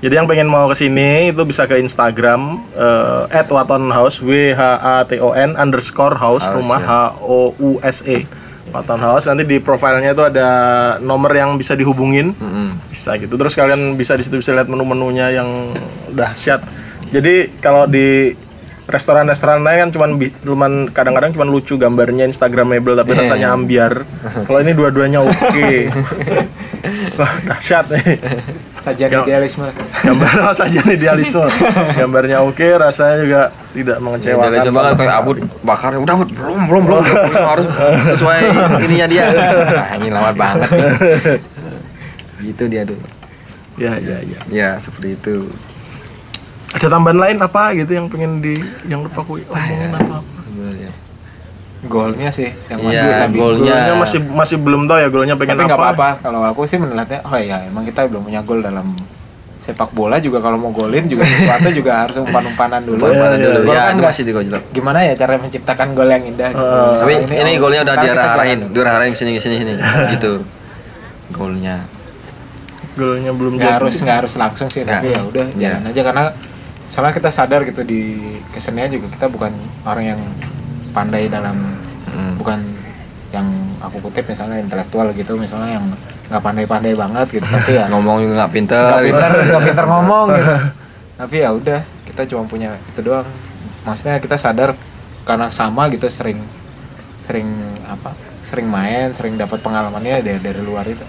Jadi yang pengen mau ke sini itu bisa ke Instagram uh, at watonhouse w h a t o n underscore house, House, rumah ya. H O U S E. Waton House, nanti di profilnya itu ada nomor yang bisa dihubungin. Mm-mm. Bisa gitu. Terus kalian bisa di situ bisa lihat menu-menunya yang dahsyat. Jadi kalau di restoran-restoran lain kan cuman bi- cuman kadang-kadang cuman lucu gambarnya instagramable tapi Yeah. rasanya ambiar. Kalau ini dua-duanya oke. Wah, dahsyat nih. Sajian Gam- idealisme. Gambar saja idealisme. Gambarnya oke, rasanya juga tidak mengecewakan. Jadi coba kan sama kayak sekali. abut bakar udah Bud, belum belum belum belum, harus sesuai ininya dia. Nah, ini lama banget nih. Gitu dia tuh. Ya, ya, ya. Ya, seperti itu. Ada tambahan lain apa gitu yang pengen di yang lupa aku omongin apa? Sebenarnya. Goalnya sih yang masih Iya, tadi. goalnya. Golnya masih masih belum tahu ya golnya pengen Tapi nggak apa. apa-apa. Kalau aku sih melihatnya, oh ya emang kita belum punya gol dalam sepak bola juga. Kalau mau golin juga sesuatu juga harus umpan-umpanan dulu. Umpan-umpanan Iya, dulu. Gol Ya, kan itu nggak- masih di gojlok. Gimana ya cara menciptakan gol yang indah? Gitu. Uh, Misalnya Tapi ini oh, golnya udah sebentar kita diarah-arahin, jalan. diarah-arahin ke sini ke sini sini gitu. Golnya. Golnya belum Nggak jadi. harus nggak harus langsung sih, Nggak. tapi ya udah Iya. jalan aja karena soalnya kita sadar gitu di kesenian juga kita bukan orang yang pandai dalam Mm. bukan yang aku kutip misalnya intelektual gitu misalnya yang nggak pandai-pandai banget gitu tapi ya Ngomong juga nggak pinter. nggak gitu. pintar nggak pintar ngomong gitu tapi ya udah kita cuma punya itu doang maksudnya kita sadar karena sama gitu sering sering apa sering main sering dapat pengalamannya dari dari luar itu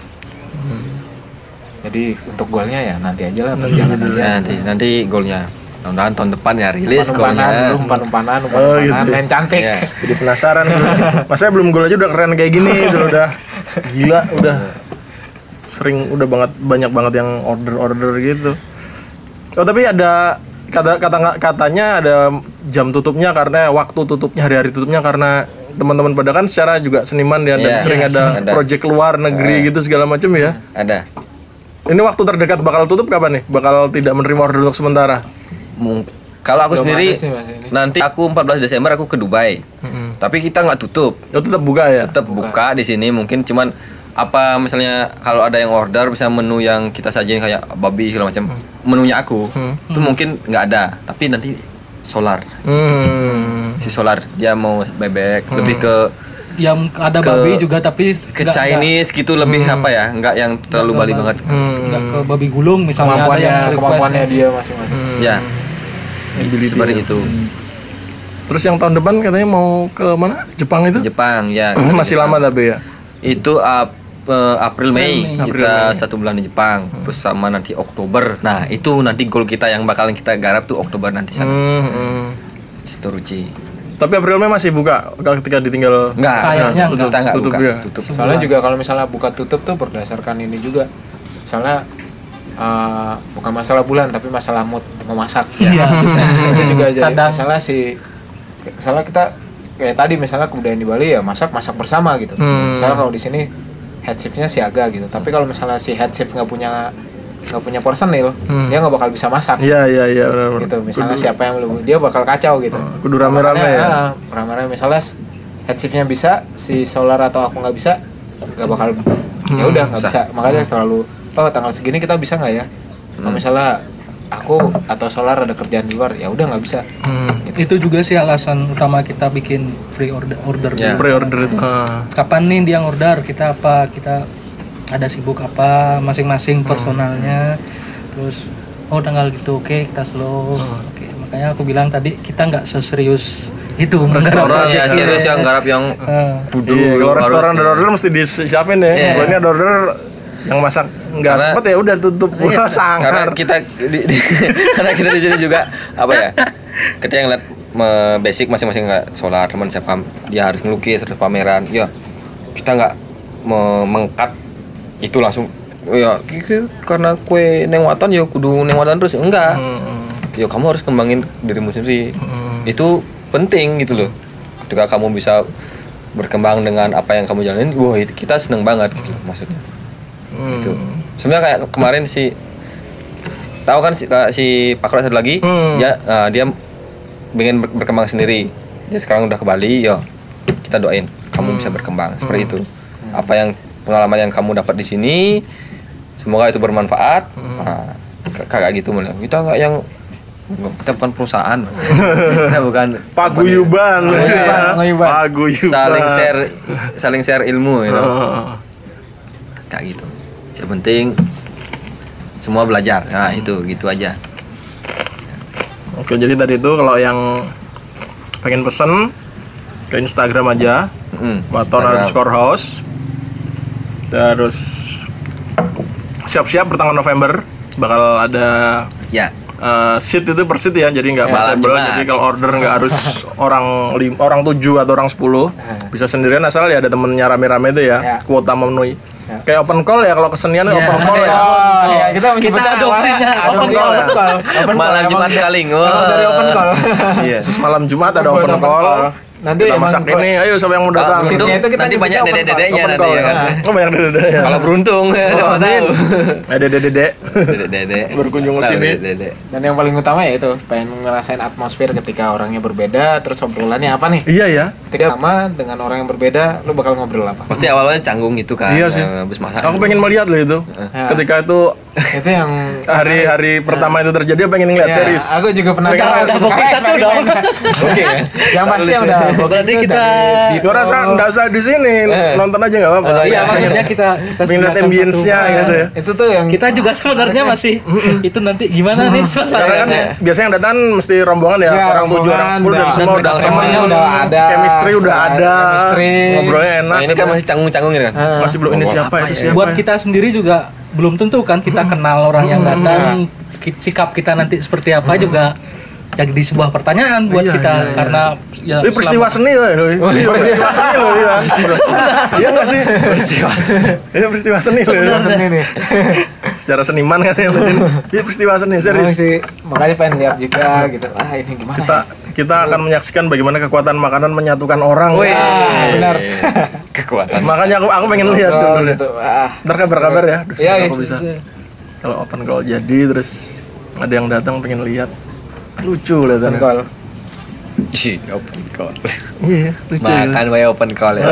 jadi untuk golnya ya nanti aja lah berjalan aja Ya, nanti nanti golnya. Mudah-mudahan tahun depan ya rilis umpan-umpanan golnya. dulu, umpan-umpanan Oh, umpan-umpanan gitu. main cantik Iya. Jadi penasaran. Masa belum gol aja udah keren kayak gini itu udah gila udah sering udah banget banyak banget yang order-order gitu. Oh tapi ada kata kata katanya ada jam tutupnya karena waktu tutupnya hari-hari tutupnya karena teman-teman pada kan secara juga seniman ya dan Iya, sering iya, ada ada. project luar negeri gitu segala macam ya. Ada. Ini waktu terdekat bakal tutup kapan nih? Bakal tidak menerima order untuk sementara. Mung- Kalau aku Belum sendiri ada sih, Mas, ini. nanti aku empat belas Desember aku ke Dubai. Tapi kita nggak tutup. Oh, tetap buka ya? Tetap buka di sini mungkin cuman apa misalnya kalau ada yang order bisa menu yang kita sajiin kayak babi segala macam menunya aku itu mungkin nggak ada tapi nanti solar Hmm. si solar dia mau bebek lebih ke yang ada Ke- babi juga tapi ke nggak- Chinese gitu lebih apa ya nggak yang terlalu Nggak Bali ke- banget nggak- nggak ke babi gulung misalnya ada kemampuannya yang request kemampuannya ya. dia masing-masing ya seperti itu Terus yang tahun depan katanya mau ke mana? Jepang itu? Jepang ya Masih lama tapi ya. itu ap- eh, April Mei April, kita Mei. satu bulan di Jepang terus sama nanti Oktober nah itu nanti goal kita yang bakalan kita garap tuh Oktober nanti sana Hmm, hmm. Sitoruchi Tapi April Mei masih buka kalau ketika ditinggal. enggak Kayaknya tutup, kita enggak Tutup buka ya. tutup soalnya juga kalau misalnya buka tutup tuh berdasarkan ini juga misalnya eh, bukan masalah bulan tapi masalah mood memasak Iya. itu juga jadi Kadang. misalnya si misalnya kita kayak tadi misalnya kebudayaan di Bali ya masak masak bersama gitu Hmm. misalnya kalau di sini head chefnya siaga gitu tapi kalau misalnya si head chef nggak punya nggak punya personil Hmm. dia nggak bakal bisa masak Iya iya iya benar. gitu misalnya siapa yang belum dia bakal kacau gitu Kudu rame-rame Makanya, ya. ah, rame-rame misalnya head chefnya bisa si solar atau aku nggak bisa nggak bakal ya udah nggak bisa. bisa makanya selalu oh tanggal segini kita bisa nggak ya kalau misalnya aku atau solar ada kerjaan di luar ya udah nggak bisa Hmm. Itu juga sih alasan utama kita bikin free order order Ya. dulu. Pre-order itu. Ah. Kapan nih dia order, kita apa, kita ada sibuk apa masing-masing personalnya. Terus oh tanggal gitu, oke kita slow. Oke, makanya aku bilang tadi kita nggak seserius itu menggarap orang project ya ini. serius yang garap yang Ah. kudu Iya, kalau harus restoran ya. ada order mesti disiapin ya. Iya. Kalau ini ada order yang masak nggak Karena- sempet ya udah tutup. Wah, karena sangar. kita di, di- karena kita di sini juga apa ya ketika ngeliat me- basic masing-masing kayak solar teman saya pam dia harus ngelukis harus pameran ya kita nggak me- mengkat itu langsung ya iki karena kue nengwatan ya kudu nengwatan terus enggak Hmm. ya kamu harus kembangin dirimu sendiri Hmm. itu penting gitu loh ketika kamu bisa berkembang dengan apa yang kamu jalanin wah itu kita seneng banget gitu maksudnya Hmm. gitu. Sebenarnya kayak kemarin si tahu kan si, kayak si Pak Kroy satu lagi Hmm. dia eh, dia pengen ber- berkembang sendiri dia sekarang udah ke Bali yo kita doain kamu bisa berkembang seperti itu apa yang pengalaman yang kamu dapat di sini semoga itu bermanfaat nah, kagak gitu mulai. Kita nggak yang kita bukan perusahaan, kita bukan paguyuban, Paguyuban. paguyuban, saling share saling share ilmu gitu. Kayak gitu. Yang penting semua belajar. Nah, itu gitu aja. Oke, jadi tadi itu kalau yang pengen pesen ke Instagram aja, Mm. waton underscore house. Terus siap-siap pertengahan November bakal ada Ya. uh, seat itu per seat ya, jadi nggak Malam portable. Jumat. Jadi kalau order nggak harus orang lim, orang tujuh atau orang sepuluh, bisa sendirian asal ya ada temennya rame-rame itu ya, Ya. kuota memenuhi. Ya. Kayak open call ya, kalau kesenian Ya, open call ya. Oh, iya, kita Kita adopsinya open open call. call ya. Open call. Open call. Malam Emang Jumat dia- kali emang dari open call. Iya. Terus malam Jumat ada Open open call. call. Nanti Kita emang masak kok- ini, ayo siapa yang mau datang? Kalau Seatnya beruntung, itu kita nanti nyebutnya banyak open dedek-dedeknya Open nanti call ya ya. kan. Oh, banyak dede ya. Kalau beruntung, oh, tahu. Ada dede-dede. Dedek-dedek. Berkunjung ke Tahu, sini. dedek-dedek. Dan yang paling utama ya itu pengen ngerasain atmosfer ketika orangnya berbeda, terus obrolannya apa nih? Iya ya. Ketika sama dengan orang yang berbeda, lu bakal ngobrol apa? Pasti awalnya canggung gitu kan. Iya sih. eh, Habis masak. Aku pengen melihat loh itu. Ya. Ketika itu Itu yang hari-hari pertama itu terjadi, aku pengen ngeliat Ya, serius. aku juga penasaran. Udah, pokoknya satu udah. Oke ya. Yang pasti Tulis. udah. Berarti itu kita- dari Gue rasa nggak usah di sini, nonton aja nggak apa-apa. Iya, maksudnya kita kita Pengen lihat sediakan ambience-nya satu- gitu ya. itu tuh yang Kita juga sebenarnya masih itu nanti gimana nih Karena kan suasananya. biasanya yang datang mesti rombongan ya, Ya, orang tujuh, orang rombongan, sepuluh dan udah- semua dan udah semuanya temen, udah ada. chemistry udah Udah ada, chemistry. ngobrolnya enak. Nah, ini kan masih canggung-canggung ini kan. Ah. Masih belum ini Ngobrol siapa apa itu ya? siapa. Buat kita sendiri juga belum tentu kan kita kenal orang yang datang, ki- sikap kita nanti seperti apa juga jadi sebuah pertanyaan buat Iya, kita iya, iya. karena ya Ini peristiwa seni loh, loh. Peristiwa seni loh, iya. Iya nggak sih? Peristiwa. Ini peristiwa seni loh. Yang seni nih. Secara seniman kan yang penting. Ini peristiwa seni Emang serius. sih, makanya pengen lihat juga gitu. Ah, ini gimana? Kita kita akan menyaksikan bagaimana kekuatan makanan menyatukan orang. Wih, Ah, benar. Kekuatan. Makanya aku aku pengen lihat Ngobrol sebenarnya. gitu. Ah, Ntar kabar-kabar ya. Terus Iya, aku iya. bisa. Kalau open call jadi terus ada yang datang pengen lihat. Lucu open lihatannya. call. Ih, open call. Iya, lucu. ya. Makan way open call ya.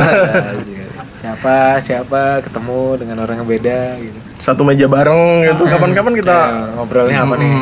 Siapa siapa ketemu dengan orang yang beda gitu. Satu meja bareng gitu. Kapan-kapan kita Ya, ngobrolnya apa nih?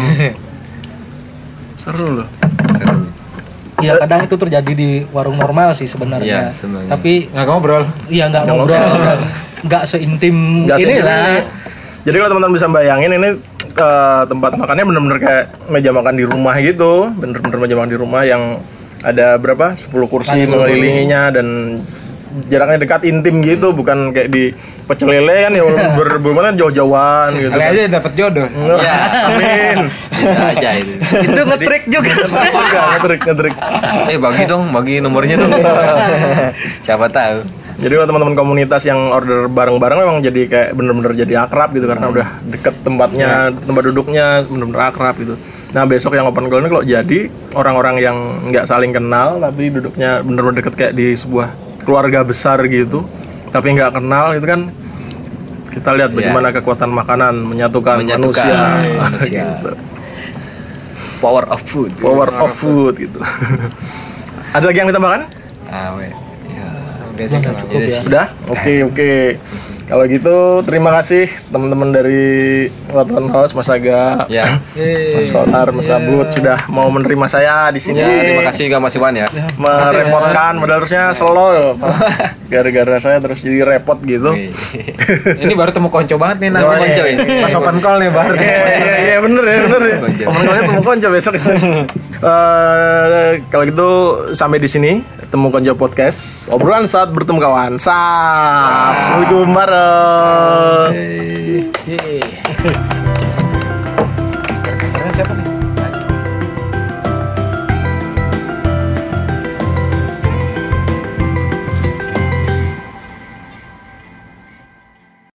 seru loh. ya kadang itu terjadi di warung normal sih Iya, sebenarnya. sebenarnya. Tapi Nggak ngobrol. iya nggak ngobrol dan nggak seintim Nggak ini sendiri. lah. Jadi kalau teman-teman bisa bayangin ini eh, tempat makannya bener-bener kayak meja makan di rumah gitu, bener-bener meja makan di rumah yang ada berapa? sepuluh kursi mengelilinginya dan jaraknya dekat intim gitu, bukan kayak di pecel lele kan ya berhubungan jauh-jauhan gitu. Kali aja dapat jodoh. Ya. Amin. Bisa aja itu. Itu ngetrik juga sih. Enggak, ngetrik, ngetrik. Eh bagi dong, bagi nomornya dong. Siapa tahu. Jadi kalau teman-teman komunitas yang order bareng-bareng memang jadi kayak bener-bener jadi akrab gitu karena udah deket tempatnya, tempat duduknya bener-bener akrab gitu. Nah besok yang open call ini kalau jadi orang-orang yang nggak saling kenal tapi duduknya bener-bener deket kayak di sebuah keluarga besar gitu, tapi nggak kenal itu kan kita lihat bagaimana kekuatan makanan menyatukan, Menyatukan manusia. manusia. Gitu. Power of food. Power of food gitu. Ada lagi yang ditambahkan? Ah, we. Ya. Udah sih kalau. Itu sih. Udah? Oke, oke. Kalau gitu terima kasih teman-teman dari Waton House, Mas Aga, Ya. Mas Sonar, Mas Abud sudah mau menerima saya di sini. Ya, terima kasih juga Mas Iwan ya. Merepotkan, padahal harusnya slow. Gara-gara saya terus jadi repot gitu. Wih. Ini baru temu konco banget nih Temu konco ini. Pas open call nih baru. Iya, iya, iya bener ya, bener ya. Konco. Temen-temennya temu konco besok. Eh, kalau gitu sampai di sini Temu Konco Podcast. Obrolan saat bertemu kawan. Sap. Assalamualaikum bareng.